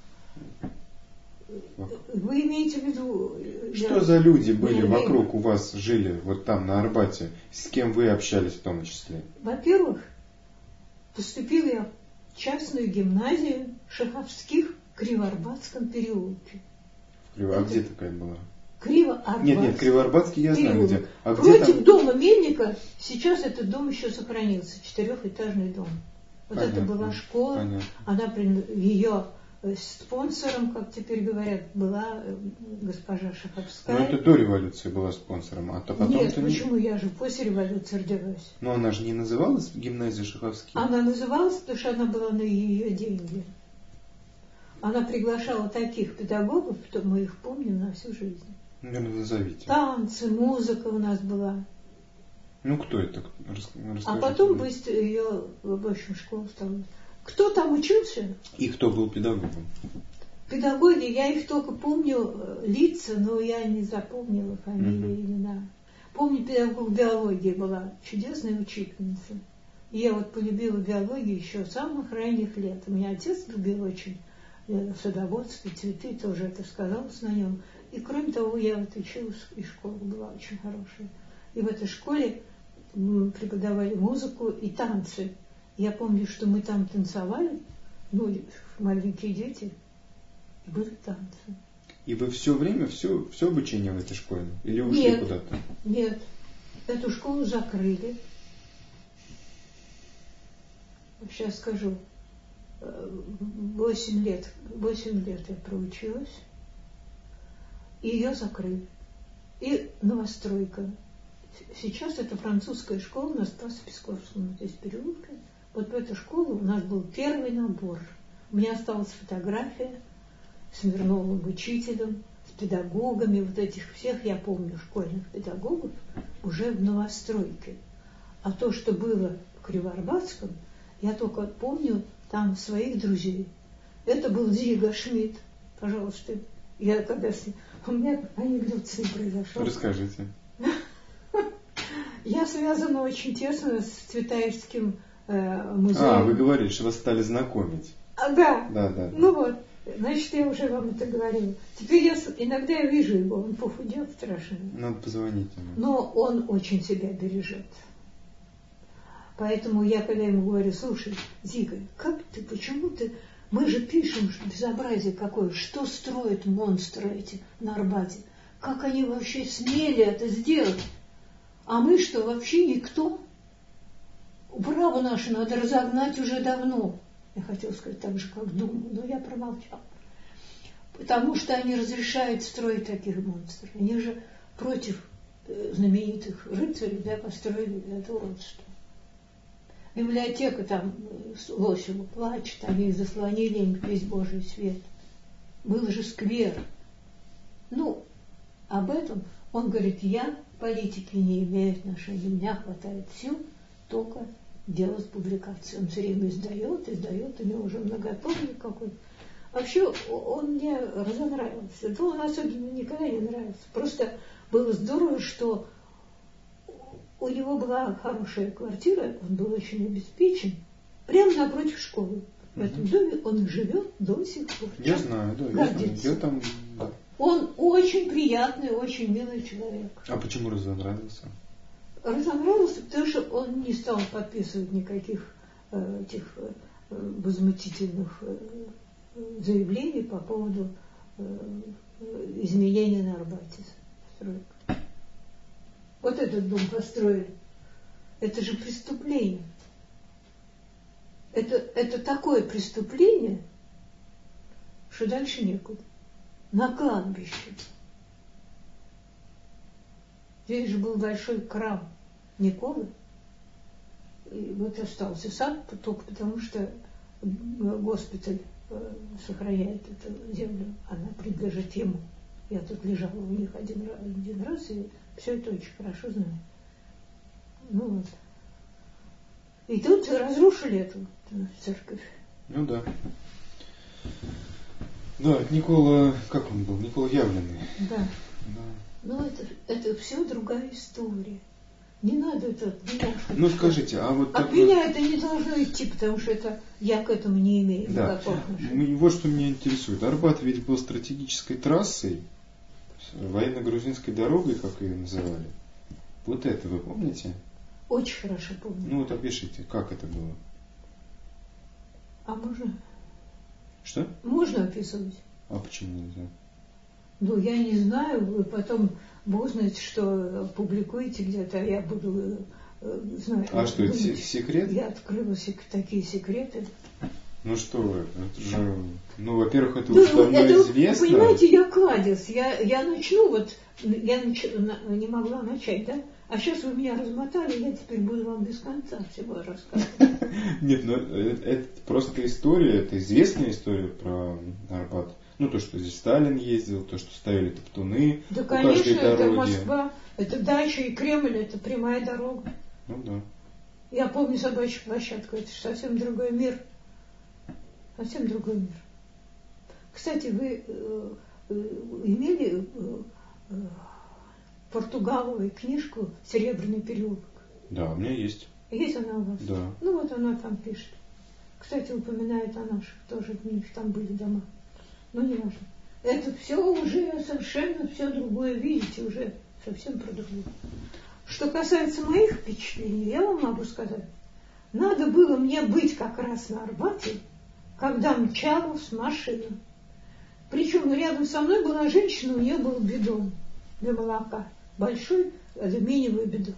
Вы имеете в виду... Что я... за люди были ну, вокруг у вас, жили вот там на Арбате? С кем вы общались в том числе? Во-первых, поступила я в частную гимназию Шаховских в Кривоарбатском переулке. Криво... А где такая была? Криво-Арбатский. Нет, нет, Криво-Арбатский я знаю Переулок. где. А где Против там? дома Мельника сейчас этот дом еще сохранился, четырехэтажный дом. Вот Понятно. это была школа, Понятно. она ее спонсором, как теперь говорят, была госпожа Шаховская. Ну это до революции была спонсором, а то потом... Нет, не... почему? Я же после революции родилась. Но она же не называлась гимназия Шаховских? Она называлась, потому что она была на ее деньги. Она приглашала таких педагогов, что мы их помним на всю жизнь. Наверное, назовите. Танцы, музыка у нас была. Ну кто это? Расскажите. А потом быстро ее в общем школу стала. Кто там учился? И кто был педагогом? Педагоги, я их только помню лица, но я не запомнила фамилии, uh-huh. имена. Помню, педагог биологии была чудесная учительница. И я вот полюбила биологию еще с самых ранних лет. У меня отец любил очень садоводство, цветы, тоже это сказалось на нем. И кроме того, я вот училась, и школа была очень хорошая. И в этой школе преподавали музыку и танцы. Я помню, что мы там танцевали, ну, маленькие дети, и были танцы. И вы все время, все, все обучение в этой школе? Или ушли нет, куда-то? Нет, эту школу закрыли. Сейчас скажу, восемь лет, восемь лет я проучилась, и ее закрыли. И новостройка. Сейчас это французская школа на Спасо-Песковском, здесь переулке. Вот в эту школу у нас был первый набор. У меня осталась фотография с Смирновым учителем, с педагогами, вот этих всех, я помню, школьных педагогов, уже в новостройке. А то, что было в Криво-Арбатском, я только помню там своих друзей. Это был Зига Шмидт, пожалуйста. Я когда с ним... У меня анекдот с ним произошел. Расскажите. Я связана очень тесно с Цветаевским э, музеем. А, вы говорили, что вас стали знакомить. А, да. Да, да. Ну вот, значит, я уже вам это говорила. Теперь я, иногда я вижу его, он похудел страшно. Надо позвонить ему. Но он очень себя бережет. Поэтому я, когда ему говорю, слушай, Зига, как ты, почему ты... Мы же пишем, что безобразие какое, что строят монстры эти на Арбате. Как они вообще смели это сделать? А мы что, вообще никто? Управу нашу надо разогнать уже давно. Я хотела сказать так же, как думаю, но я промолчала. Потому что они разрешают строить таких монстров. Они же против знаменитых рыцарей, да, построили это уродство. Библиотека там Лосева плачет, они заслонили им весь Божий свет. Был же сквер. Ну, об этом он говорит, я к политике не имею отношения, у меня хватает сил только делать публикации. Он все время издает, издает, у него уже многотомник какой-то. Вообще он мне разонравился. Это он особенно никогда не нравился. Просто было здорово, что у него была хорошая квартира, он был очень обеспечен, прямо напротив школы. В этом доме он живет до сих пор. Я знаю, да, я знаю. Я там, да. Он очень приятный, очень милый человек. А почему разонравился? Разонравился, потому что он не стал подписывать никаких э, этих э, возмутительных э, заявлений по поводу э, изменений на Арбате. Стройка. Вот этот дом построили. Это же преступление. Это, это такое преступление, что дальше некуда. На кладбище. Здесь же был большой храм Николы. И вот остался сад только потому, что госпиталь сохраняет эту землю. Она принадлежит ему. Я тут лежала у них один раз, один раз и все это очень хорошо знаю. Ну вот. И тут разрушили эту, эту церковь. Ну да. Да, Никола, как он был? Никола Явленный. Да. Да. Но это, это все другая история. Не надо это от меня. Ну скажите, а вот... От так меня вот... это не должно идти, потому что это я к этому не имею да. никакого отношения. Вот что меня интересует. Арбат ведь был стратегической трассой, военно-грузинской дорогой, как ее называли. Вот это вы помните? Очень хорошо помню. Ну вот опишите, как это было. А можно? Что? Можно описывать. А почему нельзя? Ну, я не знаю, вы потом, Бог знает, что публикуете где-то, а я буду э, знать. А что, это секрет? Я открыла сек- такие секреты. Ну что вы, это же, ну, во-первых, это да, уже давно это, известно. Понимаете, я кладезь, я, я начну, вот, я нач, не могла начать, да? А сейчас вы меня размотали, я теперь буду вам без конца всего рассказывать. Нет, ну это просто история, это известная история про Арбат. Ну, то, что здесь Сталин ездил, то, что ставили топтуны да, у конечно, каждой дороги. Это Москва, это дача и Кремль, это прямая дорога. Ну да. Я помню собачью площадку, это же совсем другой мир. Совсем другой мир. Кстати, вы э, э, имели э, э, Португаловой книжку «Серебряный переулок»? Да, у меня есть. Есть она у вас? Да. Ну вот она там пишет. Кстати, упоминает о наших тоже книгах, там были дома. Но не важно. Это все уже совершенно все другое, видите, уже совсем про другое. Что касается моих впечатлений, я вам могу сказать, надо было мне быть как раз на Арбате, когда мчалась машина. Причем рядом со мной была женщина, у нее был бидон для молока. Большой алюминиевый бидон.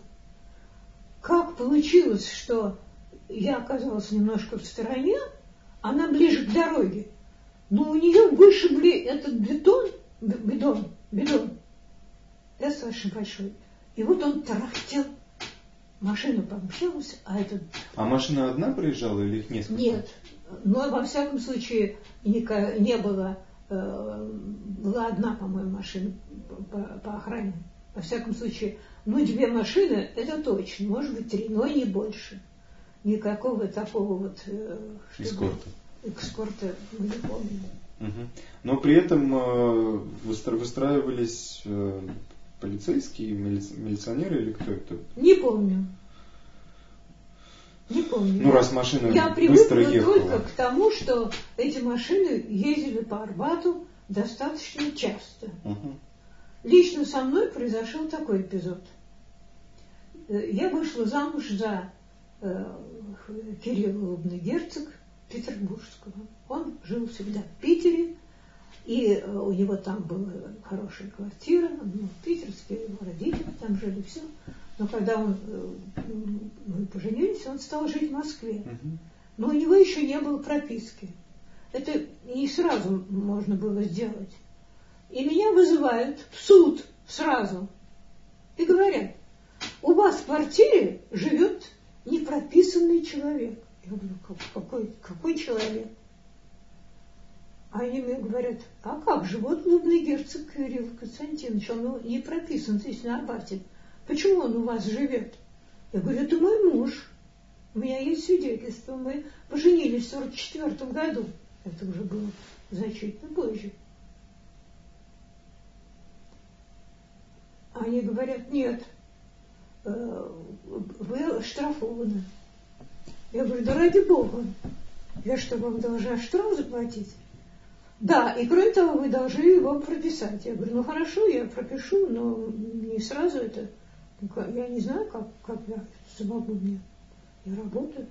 Как получилось, что я оказалась немножко в стороне, она ближе к дороге, но у нее вышибли этот бетон, бидон, бидон, достаточно большой. И вот он тарахтел. Машина помчалась, а этот... А машина одна проезжала или их несколько? Нет. Но во всяком случае не, не было... Э, была одна, по-моему, машина по, по охране. Во всяком случае, ну, две машины, это точно. Может быть, три, но не больше. Никакого такого вот... Э, эскорта. Эскорта мы не помним. Угу. Но при этом э, выстраивались... Э, полицейские, милиционеры или кто это? Не помню. Не помню. Ну, раз машина Я быстро привыкла ехала. только к тому, что эти машины ездили по Арбату достаточно часто. Угу. Лично со мной произошел такой эпизод. Я вышла замуж за э, Кирилла Лобный-Герцог Петербургского. Он жил всегда в Питере. И у него там была хорошая квартира, ну, питерские, его родители там жили, все. Но когда он, мы поженились, он стал жить в Москве. Но у него еще не было прописки. Это не сразу можно было сделать. И меня вызывают в суд сразу. И говорят, у вас в квартире живет непрописанный человек. Я говорю, какой, какой человек? А они мне говорят, а как же, вот Лобный герцог Кирилл Константинович, он не прописан здесь на Арбате. Почему он у вас живет? Я говорю, это мой муж. У меня есть свидетельство. Мы поженились в сорок четвёртом году. Это уже было значительно позже. Они говорят, нет, вы оштрафованы. Я говорю, да ради Бога. Я что, вам должна штраф заплатить? Да, и кроме того, вы должны его прописать. Я говорю, ну хорошо, я пропишу, но не сразу это. Я не знаю, как, как я смогу мне. Я работаю.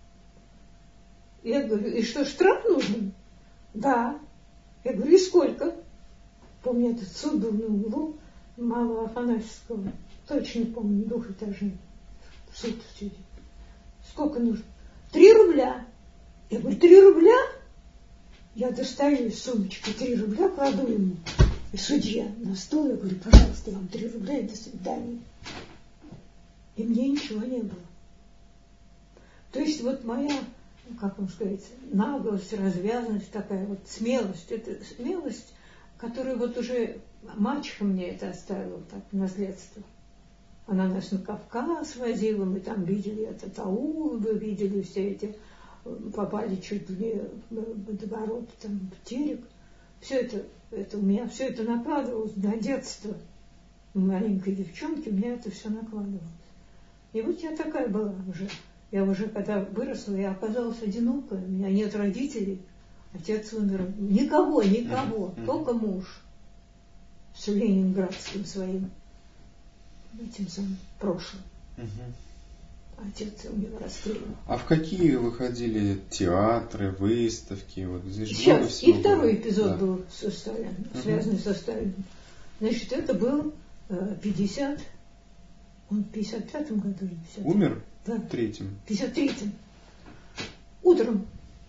Я говорю, и что, штраф нужен? Да. Я говорю, и сколько? Помню, этот суд был на углу Малого Афанасьевского. Точно помню, двухэтажный суд сидит. Сколько нужно? Три рубля. Я говорю, три рубля? Я достаю из сумочки три рубля, кладу ему. И судья на стол, я говорю, пожалуйста, вам три рубля и до свидания. И мне ничего не было. То есть вот моя, как вам сказать, наглость, развязанность такая, вот смелость, это смелость, которую вот уже мачеха мне это оставила, так, наследство. Она нас на Кавказ возила, мы там видели этот аул, вы видели все эти... попали чуть ли в водоворот, там, в Терек. Все это, это у меня все это накладывалось до детства. Маленькой девчонки у меня это все накладывалось. И вот я такая была уже. Я уже, когда выросла, я оказалась одинокая. У меня нет родителей. Отец умер. Никого, никого. Uh-huh. Только муж. С ленинградским своим этим самым прошлым. Uh-huh. отец у него расстрелян. А в какие выходили театры, выставки? Вот здесь Сейчас, много всего и второй было. эпизод Да. был со Сталином, связанный со Сталином. Значит, это был пятьдесят, он в пятьдесят пятом году или пятьдесят третьем? Умер? Да. В третьем. В пятьдесят третьем. Утром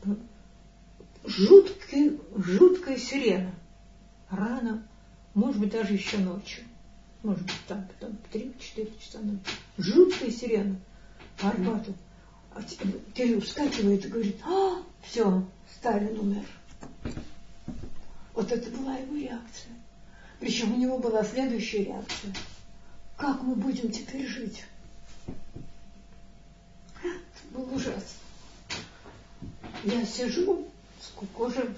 жуткий, жуткая сирена. Рано, может быть, даже еще ночью. Может быть, там, там три-четыре часа ночи. Жуткая сирена по Арбату. А Кирилл вскакивает и говорит: а, все, Сталин умер. Вот это была его реакция. Причем у него была следующая реакция. Как мы будем теперь жить? Это было ужасно. Я сижу, скукоживаюсь.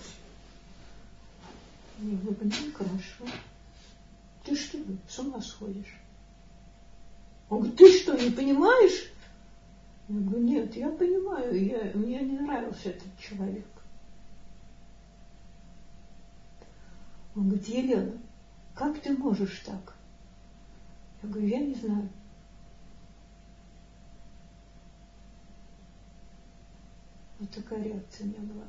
Я говорю: ну, хорошо. Ты что, с ума сходишь? Он говорит: ты что, не понимаешь? Я говорю: нет, я понимаю, я, мне не нравился этот человек. Он говорит: Елена, как ты можешь так? Я говорю: я не знаю. Вот такая реакция у меня была.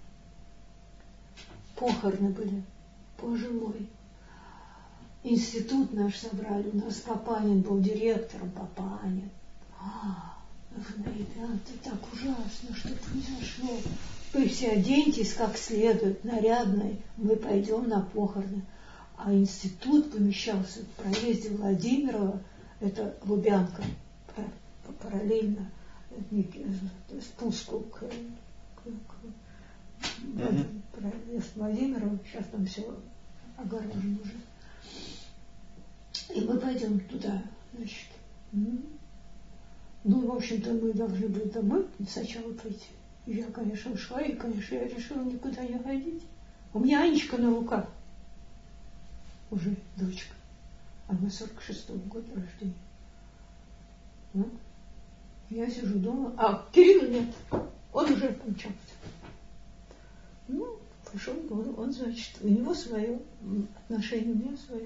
Похороны были. Боже мой. Институт наш собрали. У нас Папанин был директором. Папанин. А, ребята, так ужасно, что произошло. Вы все оденьтесь как следует, нарядные. Мы пойдем на похороны. А институт помещался в проезде Владимирова. Это Лубянка. Параллельно спуску к, к, к проезд Владимирова. Сейчас там все огорожено уже. И мы пойдем туда, значит. Ну, в общем-то, мы должны были домой сначала пойти. И я, конечно, ушла, и, конечно, я решила никуда не ходить. У меня Анечка на руках. Уже дочка. Она сорок шестого года рождения. Ну, я сижу дома. А, Кирилла нет. Он уже помчался. Ну, пошел, он, он, значит, у него свое отношение, у меня свое.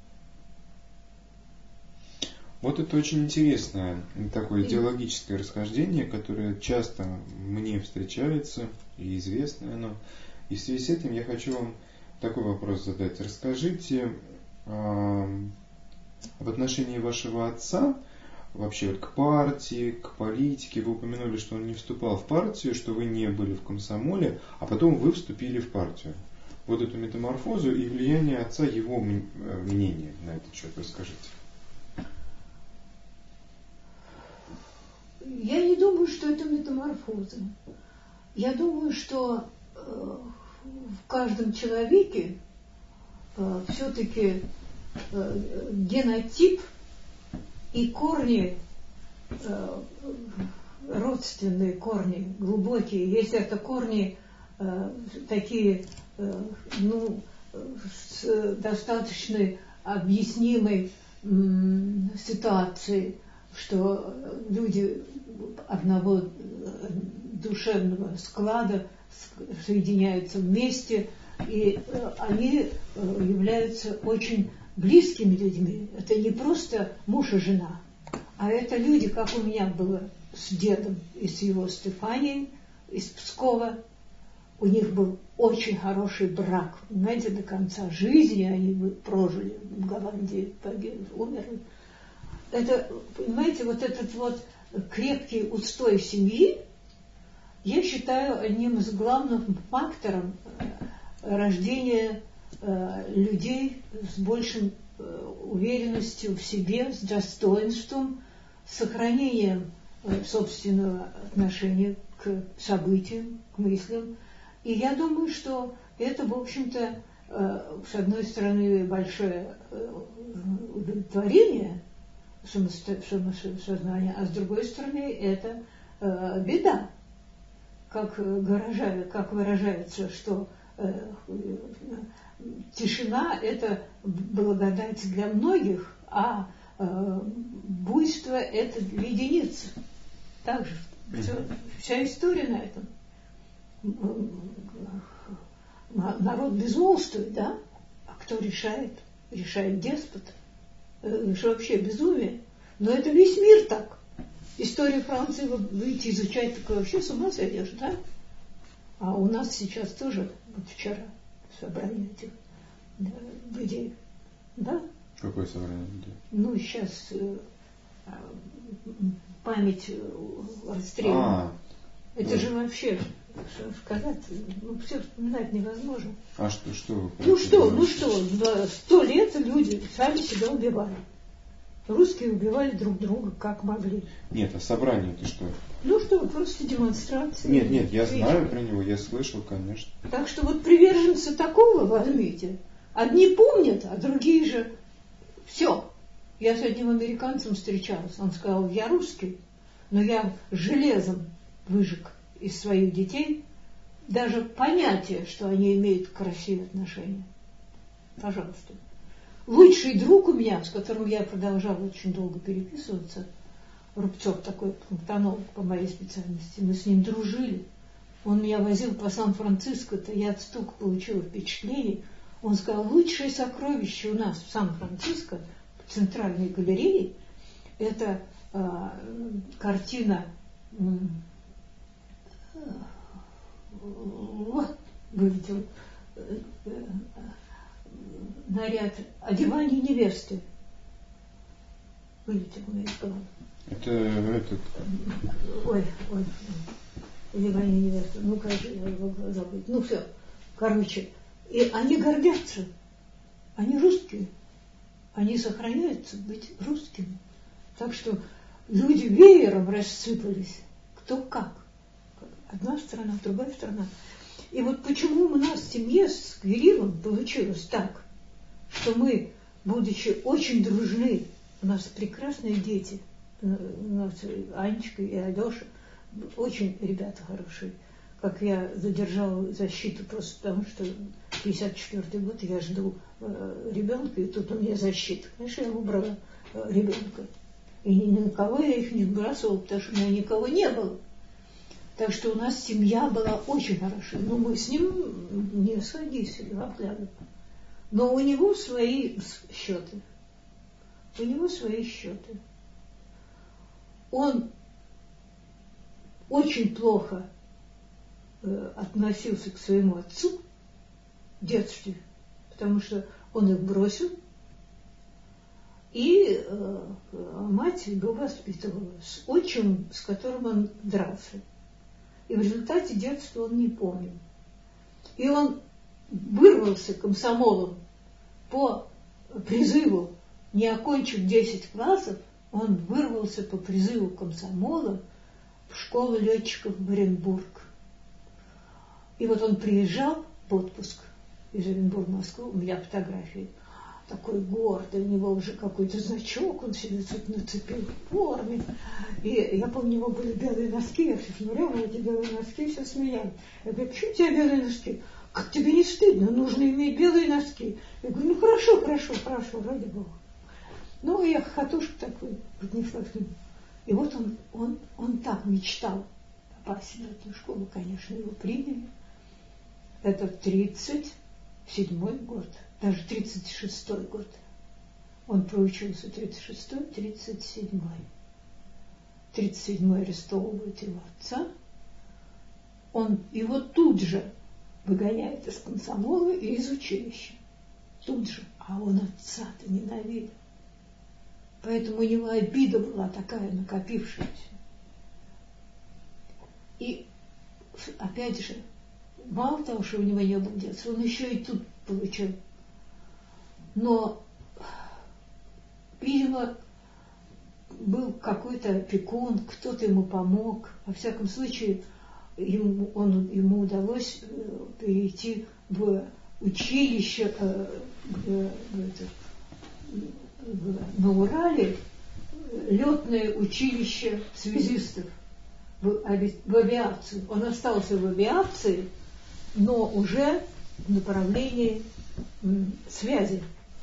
Вот это очень интересное такое идеологическое расхождение, которое часто мне встречается, и известно оно. И в связи с этим я хочу вам такой вопрос задать. Расскажите э, об отношении вашего отца вообще вот к партии, к политике. Вы упомянули, что он не вступал в партию, что вы не были в комсомоле, а потом вы вступили в партию. Вот эту метаморфозу и влияние отца, его мнение на этот счет расскажите. Я не думаю, что это метаморфоза. Я думаю, что э, в каждом человеке э, все-таки э, генотип и корни, э, родственные корни, глубокие. Если это корни э, такие, э, ну, с достаточно объяснимой м, ситуацией, что люди одного душевного склада соединяются вместе, и они являются очень близкими людьми. Это не просто муж и жена, а это люди, как у меня было с дедом и с его Стефанией из Пскова. У них был очень хороший брак. Понимаете, до конца жизни они прожили в Голландии, умерли. Это, понимаете, вот этот вот крепкий устой семьи, я считаю одним из главных факторов рождения людей с большей уверенностью в себе, с достоинством, с сохранением собственного отношения к событиям, к мыслям. И я думаю, что это, в общем-то, с одной стороны, большое удовлетворение, самосознание, а с другой стороны это э, беда. Как, выражаю, как выражается, что э, тишина это благодать для многих, а э, буйство это для единиц. Так же все, вся история на этом. Народ безмолвствует, да? А кто решает? Решает деспот. Это вообще безумие. Но это весь мир так. историю Франции вы будете изучать, такое вообще с ума сойдешь, да? А у нас сейчас тоже, вот вчера, собрание этих да, людей, да? Какое собрание людей? Ну, сейчас э, память расстреляна. А, Это да. же вообще, что сказать, ну, все вспоминать невозможно. А что, что вы Ну что, ну что, сто лет люди сами себя убивали. Русские убивали друг друга как могли. Нет, а собрание это что? Ну что, просто демонстрации. Нет, нет, я речи. знаю про него, я слышал, конечно. Так что вот приверженцы такого возьмите. Одни помнят, а другие же... Все. Я с одним американцем встречалась. Он сказал, я русский, но я железом выжег из своих детей даже понятие, что они имеют к России отношения. Пожалуйста. Лучший друг у меня, с которым я продолжала очень долго переписываться, Рубцов такой пунктонолог по моей специальности, мы с ним дружили. Он меня возил по Сан-Франциско-то, я от стука получила впечатление. Он сказал, лучшее сокровище у нас в Сан-Франциско, в Центральной галерее, это э, картина э, вылетел э, э, наряд одевания невесты. Вылетел у меня из головы. Это этот... Ой, ой, одевание невесты. Ну, как же я его забыть. Ну, все. Короче, и они гордятся. Они русские. Они сохраняются быть русскими. Так что люди веером рассыпались. Кто как. Одна страна, другая страна. И вот почему у нас в семье с Кириллом получилось так, что мы, будучи очень дружны, у нас прекрасные дети, у нас Анечка и Алеша, очень ребята хорошие. Как я задержала защиту просто потому, что пятьдесят четвёртый год я жду э, ребенка, и тут у меня защита. Конечно, я выбрала э, ребенка. И ни на кого я их не сбрасывала, потому что у меня никого не было. Так что у нас семья была очень хорошая. Но мы с ним не сходили во взгляды. Но у него свои счеты. У него свои счеты. Он очень плохо э, относился к своему отцу в детстве, потому что он их бросил, и э, мать его воспитывала с отчимом, с которым он дрался. И в результате детства он не помнил. И он вырвался комсомолом по призыву, не окончив десять классов, он вырвался по призыву комсомола в школу летчиков в Оренбург. И вот он приезжал в отпуск из Оренбурга в Москву, у меня фотографии, такой гордый, у него уже какой-то значок, он себе тут нацепил в форме. И я помню, у него были белые носки, я все смотрела на эти белые носки, все смеялись. Я говорю, почему у тебя белые носки? Как тебе не стыдно? Нужно иметь белые носки. Я говорю, ну хорошо, хорошо, хорошо, ради Бога. Ну, я хохотушка такой, поднесла к нему. И вот он, он, он так мечтал попасть в эту школу, конечно, его приняли. Это тридцать седьмой год, даже тридцать шестой год. Он проучился тридцать шестой, тридцать седьмой. тридцать седьмой арестовывают его отца. Он его тут же выгоняет из комсомола и из училища. Тут же. А он отца-то ненавидел. Поэтому у него обида была такая накопившаяся. И опять же, мало того, что у него не было детства, он еще и тут получил. Но, видимо, был какой-то опекун, кто-то ему помог. Во всяком случае, ему, он, ему удалось перейти в училище э, э, это, на Урале, летное училище связистов в, в авиацию. Он остался в авиации, но уже в направлении м, связи.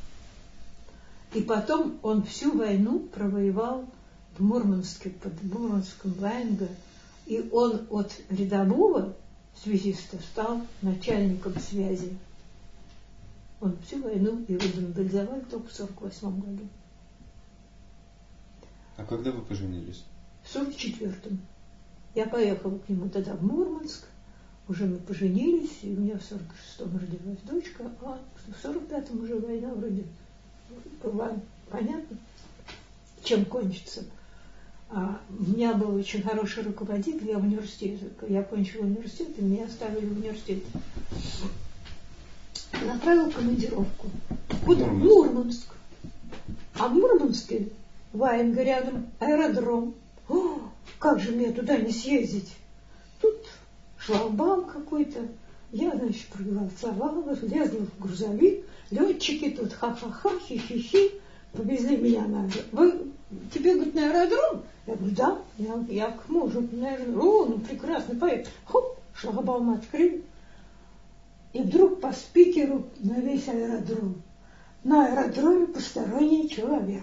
И потом он всю войну провоевал в Мурманске, под Мурманском Ваенга, и он от рядового связиста стал начальником связи. Он всю войну его демобилизовали только в сорок восьмом году. А когда вы поженились? В в сорок четвёртом. Я поехала к нему тогда в Мурманск, уже мы поженились, и у меня в сорок шестом родилась дочка, а в сорок пятом уже война вроде была понятно, чем кончится. А у меня был очень хороший руководитель, я в университете, я кончила университет, и меня оставили в университете. Направил командировку. Куда? В Мурманск. А в Мурманске, в Ваенге рядом, аэродром. О, как же мне туда не съездить? Тут шлагбаум какой-то. Я, значит, проголосовала, влезла в грузовик. Летчики тут ха-ха-ха, хи-хи-хи. Повезли меня на... Вы, тебе, говорит, на аэродром? Я говорю, да. Я, я к мужу на аэродром. О, ну прекрасно, поехали. Хоп, шлагбаум открыли. И вдруг по спикеру на весь аэродром. На аэродроме посторонний человек.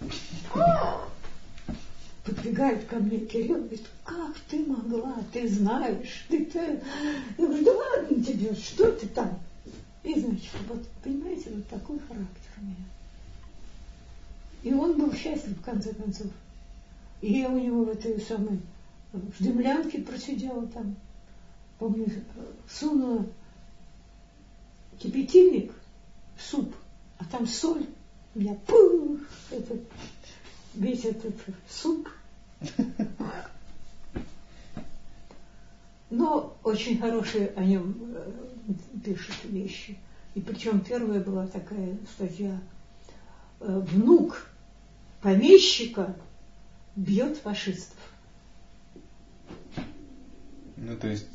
Подбегает ко мне Кирилл, говорит, как ты могла, ты знаешь, ты, ты... Я говорю, да ладно тебе, что ты там? И, значит, вот, понимаете, вот такой характер у меня. И он был счастлив, в конце концов. И я у него в этой самой, в землянке просидела там, помню, сунула кипятильник, суп, а там соль, у меня пух, этот, весь этот суп. Но очень хорошие о нем пишут вещи. И причем первая была такая статья: внук помещика бьет фашистов. Ну, то есть...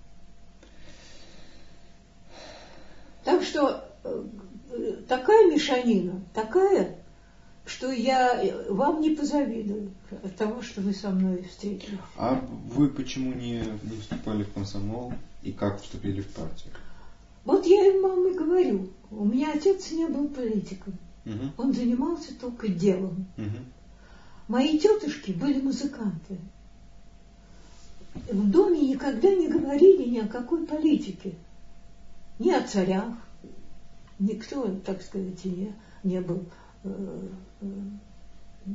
Так что такая мешанина, такая, что я вам не позавидую от того, что вы со мной встретились. А вы почему не, не вступали в комсомол и как вступили в партию? Вот я им маме говорю, у меня отец не был политиком, угу. Он занимался только делом. Угу. Мои тетушки были музыканты. В доме никогда не говорили ни о какой политике, ни о царях. Никто, так сказать, не, не был... Э, э,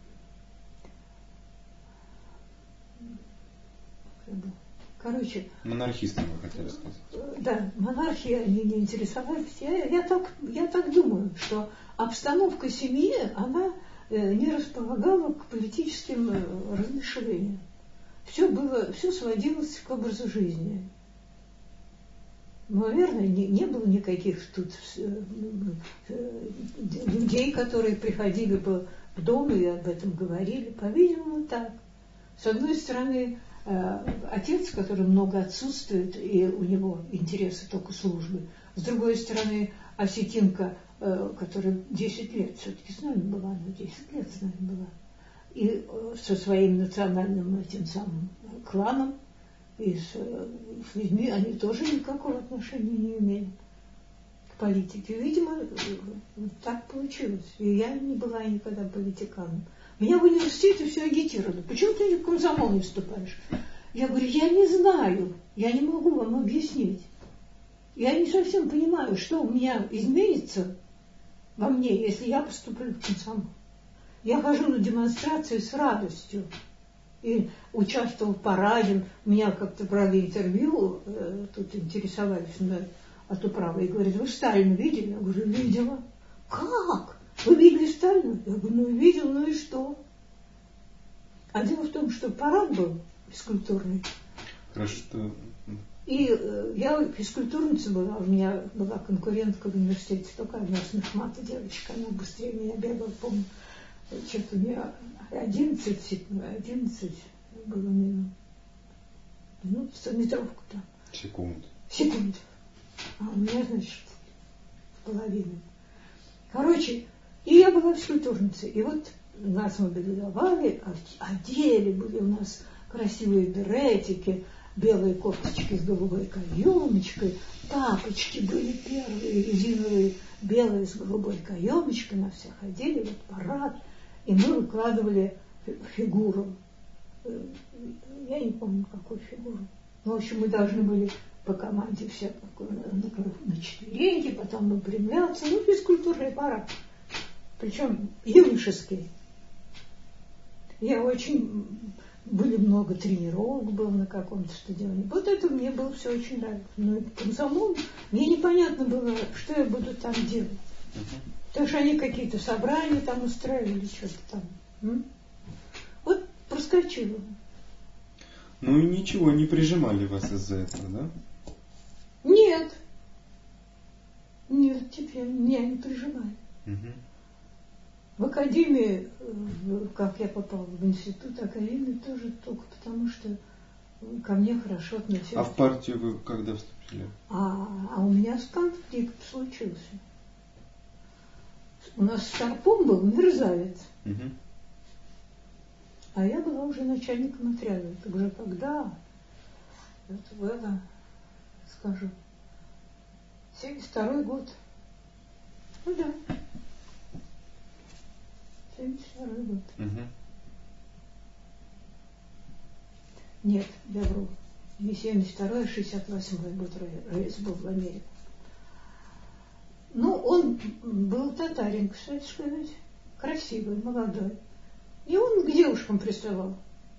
Короче... Монархистами вы хотели сказать. Да, монархией они не интересовались. Я, я, так, я так думаю, что обстановка семьи, она э, не располагала к политическим э, размышлениям. Все было, все сводилось к образу жизни. Наверное, не, не было никаких тут э, э, людей, которые приходили бы в дом и об этом говорили. По-видимому, так. С одной стороны, отец, который много отсутствует, и у него интересы только службы. С другой стороны, осетинка, которая десять лет все-таки с нами была, она десять лет с нами была, и со своим национальным этим самым кланом, и с, с людьми они тоже никакого отношения не имели к политике. Видимо, так получилось. И я не была никогда политиканом. Меня в университете все агитировали. Почему ты в комсомол не вступаешь? Я говорю, я не знаю, я не могу вам объяснить. Я не совсем понимаю, что у меня изменится во мне, если я поступлю в комсомол. Я хожу на демонстрации с радостью. И участвовал в параде. Меня как-то брали интервью, тут интересовались мной от управы, и говорят, вы Сталина видели? Я говорю, видела. Как? Вы видели Сталина? Я говорю, ну видел, ну и что? А дело в том, что парад был физкультурный. Хорошо, что... И э, я физкультурница была, у меня была конкурентка в университете, только одна смешмата девочка, она быстрее меня бегала, помню, что-то у меня одиннадцать, одиннадцать было минут, минут, метровку там. Секунд. Секунд. А у меня, значит, половина. Короче, и я была физкультурницей. И вот нас мобилизовали, одели, были у нас красивые беретики, белые кофточки с голубой каемочкой, тапочки были первые, резиновые, белые с голубой каемочкой, нас всех одели, вот парад, и мы выкладывали фигуру. Я не помню, какую фигуру. Ну, в общем, мы должны были по команде все на четвереньки, потом выпрямляться, ну, физкультурный парад. Причем юношеский. Я очень... Были много тренировок, был на каком-то стадионе. Вот это мне было все очень нравилось. Но комсомол, мне непонятно было, что я буду там делать. Uh-huh. Потому что они какие-то собрания там устраивали, что-то там. М? Вот проскочила. Ну и ничего, не прижимали вас из-за этого, да? Нет. Нет, теперь меня не прижимали. Uh-huh. В академии, как я попала в институт академии, тоже только потому, что ко мне хорошо относились. А в партию вы когда вступили? А, а у меня конфликт случился. У нас старпом был мерзавец. Угу. А я была уже начальником отряда. Это уже когда? Это было, скажу, семьдесят второй год. Ну да. семьдесят второй год. Угу. Нет, я вру. Не семьдесят второй, а шестьдесят восьмой год рейс был в Америку. Ну, он был татарин, кстати сказать. Красивый, молодой. И он к девушкам приставал.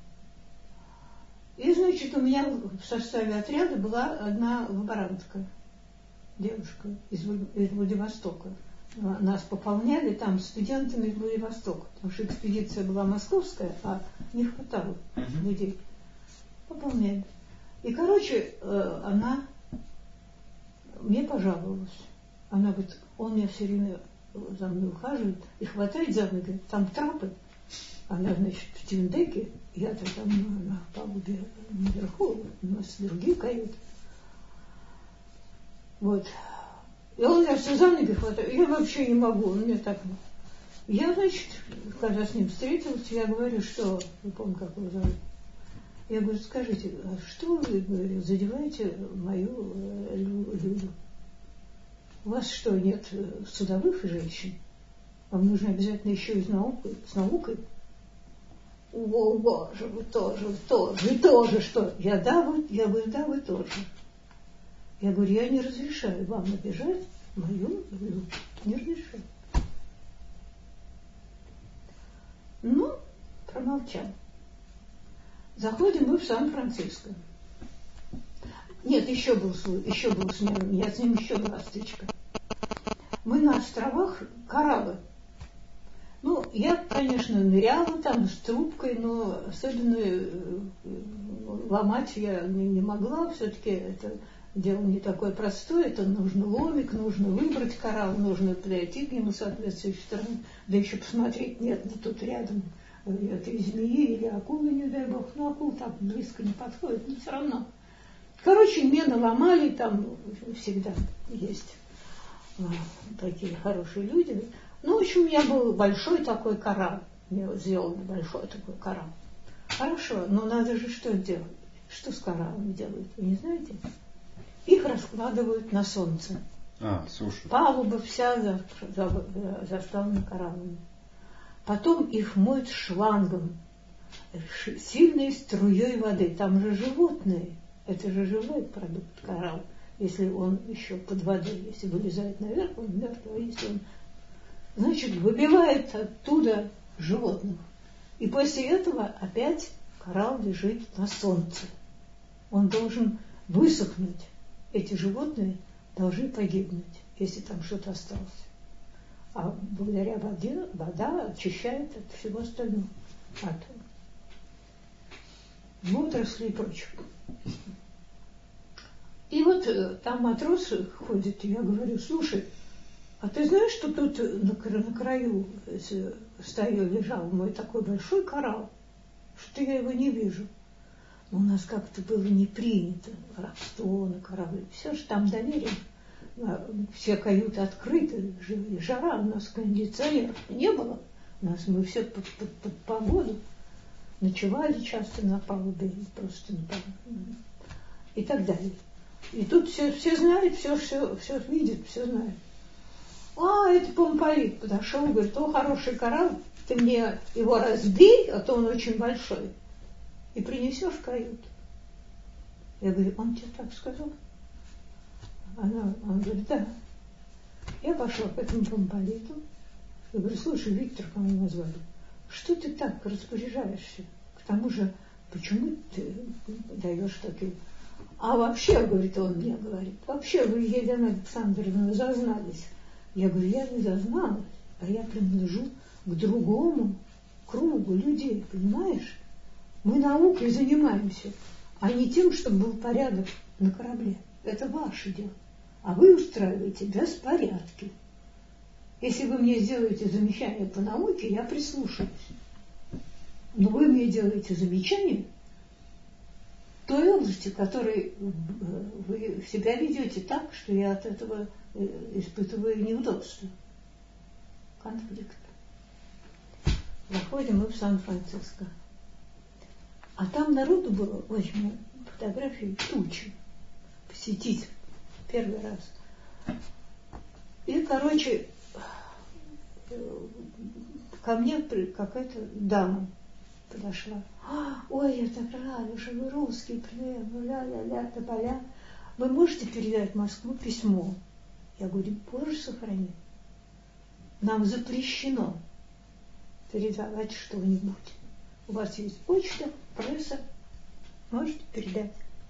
И, значит, у меня в составе отряда была одна лаборантка. Девушка из Владивостока. Нас пополняли там студентами из Владивостока, потому что экспедиция была московская, а не хватало uh-huh. людей. Пополняли. И, короче, она мне пожаловалась. Она говорит, он меня все время за мной ухаживает и хватает за мной, говорит, там трапы. Она, значит, в тюндеке, я-то там на, на палубе наверху, у нас другие каюты. Вот. И он меня все за ноги хватает. Я вообще не могу, он мне так... Я, значит, когда с ним встретилась, я говорю, что... Не помню, как его зовут. Я говорю, скажите, а что вы, говорю, задеваете мою э, Люду? У вас что, нет судовых женщин? Вам нужно обязательно еще и с наукой? С наукой? О, боже, вы тоже, вы тоже, вы тоже что? Я, да, вы, я говорю, да, вы тоже. Я говорю, я не разрешаю вам обижать мою Люду. Не разрешаю. Ну, промолчал. Заходим мы в Сан-Франциско. Нет, еще был, еще был с ним, я с ним еще была встречка. Мы на островах кораллы. Ну, я, конечно, ныряла там с трубкой, но особенно ломать я не, не могла. Все-таки это дело не такое простое. Это нужно ломик, нужно выбрать коралл, нужно подойти к нему соответствующей стороны. Да еще посмотреть, нет ли тут рядом этой змеи или акулы, не дай бог. Ну, акул так близко не подходит, но все равно. Короче, мне наломали, там всегда есть а, такие хорошие люди. Ну, в общем, у меня был большой такой коралл. Мне вот сделали большой такой коралл. Хорошо, но надо же что делать? Что с кораллами делают, вы не знаете? Их раскладывают на солнце. А, суши. Палуба вся за, за, заставлена кораллами. Потом их моют шлангом, сильной струей воды. Там же животные. Это же живой продукт коралл. Если он еще под водой, если вылезает наверх, он мертвый. Если он, значит, выбивает оттуда животных. И после этого опять коралл лежит на солнце. Он должен высохнуть. Эти животные должны погибнуть, если там что-то осталось. А благодаря воде вода очищает от всего остального. От водорослей и прочего. И вот там матросы ходят, и я говорю, слушай, а ты знаешь, что тут на, на краю стоял, лежал мой такой большой коралл, что я его не вижу. Но у нас как-то было не принято рабство на корабле. Все же там доверие. Все каюты открыты, жара, у нас кондиционеров не было. У нас мы все под, под, под погоду ночевали часто на палубе, просто на палубе, и так далее. И тут все, все знают, все, все, все видят, все знают. А, это помполит подошел, говорит, о, хороший коралл, ты мне его разбей, а то он очень большой, и принесешь в каюту. Я говорю, он тебе так сказал? Она, он говорит, да. Я пошла к этому помполиту. Я говорю, слушай, Виктор, кого назвали, что ты так распоряжаешься? К тому же, почему ты даешь такие... А вообще, говорит, он мне говорит, вообще вы, Елена Александровна, зазнались. Я говорю, я не зазналась, а я принадлежу к другому кругу людей, понимаешь? Мы наукой занимаемся, а не тем, чтобы был порядок на корабле. Это ваше дело. А вы устраиваете беспорядки. Если вы мне сделаете замечание по науке, я прислушаюсь. Но вы мне делаете замечание в той области, в которой вы себя ведете так, что я от этого испытываю неудобство. Конфликт. Заходим мы в Сан-Франциско. А там народу было, очень фотографии, тучи. Посетить первый раз. И, короче, ко мне какая-то дама подошла. Ой, я так рада, что вы русский, привет, ля-ля-ля, тополя. Вы можете передать в Москву письмо? Я говорю, Боже, сохрани. Нам запрещено передавать что-нибудь. У вас есть почта, пресса, можете передать.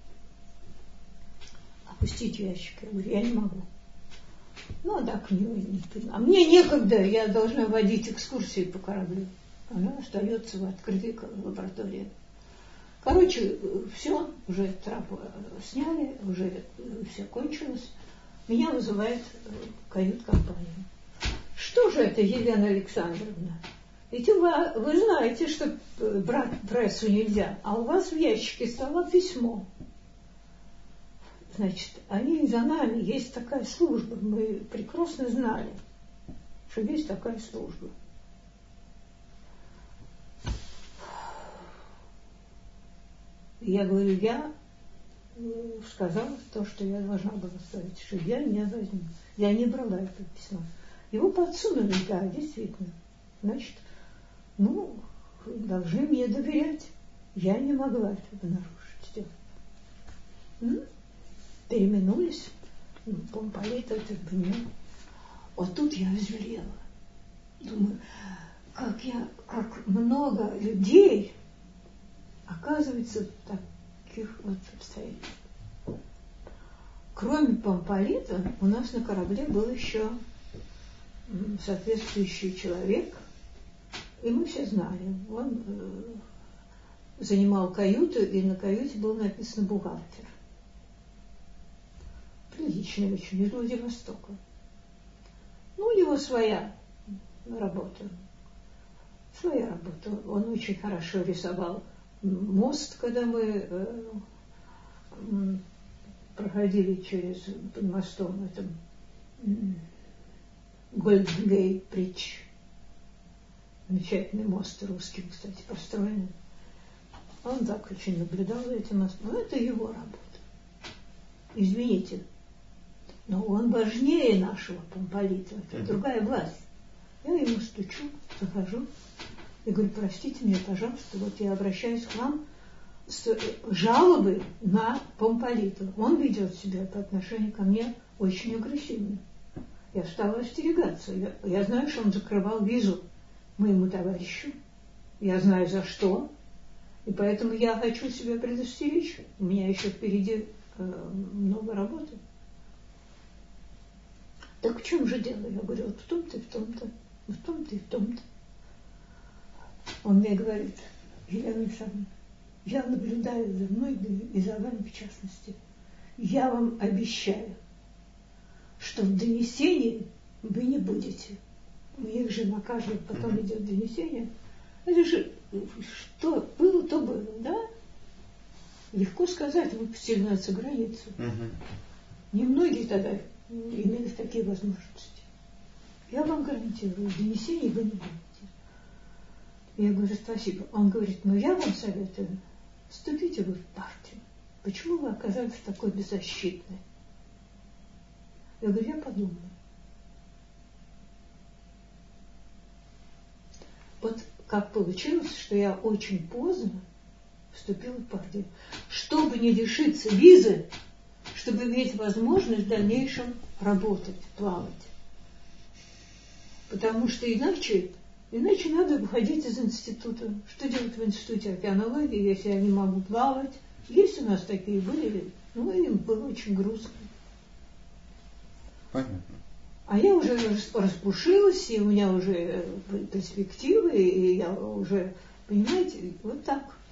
Опустить ящик. Я говорю, я не могу. Ну, а так не, не А мне некогда, я должна водить экскурсии по кораблю. Она остается в открытой лаборатории. Короче, все, уже трап сняли, уже все кончилось. Меня вызывает кают-компания. Что же это, Елена Александровна? Ведь вы, вы знаете, что брать прессу нельзя, а у вас в ящике стояло письмо. Значит, они за нами, есть такая служба, мы прекрасно знали, что есть такая служба. Я говорю, я сказала то, что я должна была сказать, что я не возьму. Я не брала это письмо. Его подсунули, да, действительно. Значит, ну, должны мне доверять. Я не могла этого нарушить. М? Переменулись. Ну, помполит это мне. Вот тут я озверела. Думаю, как я, как много людей оказывается в таких вот обстоятельствах. Кроме помполита, у нас на корабле был еще соответствующий человек, и мы все знали. Он э, занимал каюту, и на каюте было написано бухгалтер. Приличный очень, из Владивостока. Ну, у него своя работа. Своя работа. Он очень хорошо рисовал мост, когда мы э, проходили через под мостом этом Golden Gate Bridge. Замечательный мост русским, кстати, построенный. Он так очень наблюдал за этим мостом. Но это его работа. Извините. Но он важнее нашего помполита. Это mm-hmm. другая власть. Я ему стучу, захожу. И говорю, простите меня, пожалуйста, вот я обращаюсь к вам с жалобой на помполита. Он ведет себя по отношению ко мне очень агрессивно. Я стала остерегаться. Я, я знаю, что он закрывал визу моему товарищу. Я знаю, за что. И поэтому я хочу себя предостеречь. У меня еще впереди э, много работы. Так в чем же дело? Я говорю, вот в том-то и в том-то, в том-то и в том-то. Он мне говорит, Елена Александровна, я наблюдаю за мной и за вами в частности. Я вам обещаю, что в донесении вы не будете. У них же на каждом потом идет донесение. Это же, что было, то было, да? Легко сказать, выпустили нас за границу. Uh-huh. Немногие тогда имели такие возможности. Я вам гарантирую, донесений вы не будете. Я говорю, спасибо. Он говорит, ну я вам советую, вступите вы в партию. Почему вы оказались такой беззащитной? Я говорю, я подумаю. Вот как получилось, что я очень поздно вступила в партию. Чтобы не лишиться визы, чтобы иметь возможность в дальнейшем работать, плавать. Потому что иначе Иначе надо выходить из института. Что делать в институте океанологии, если я не могу плавать? Есть у нас такие были, ну, им было очень грустно. Понятно. А я уже распушилась, и у меня уже перспективы, и я уже, понимаете, вот так.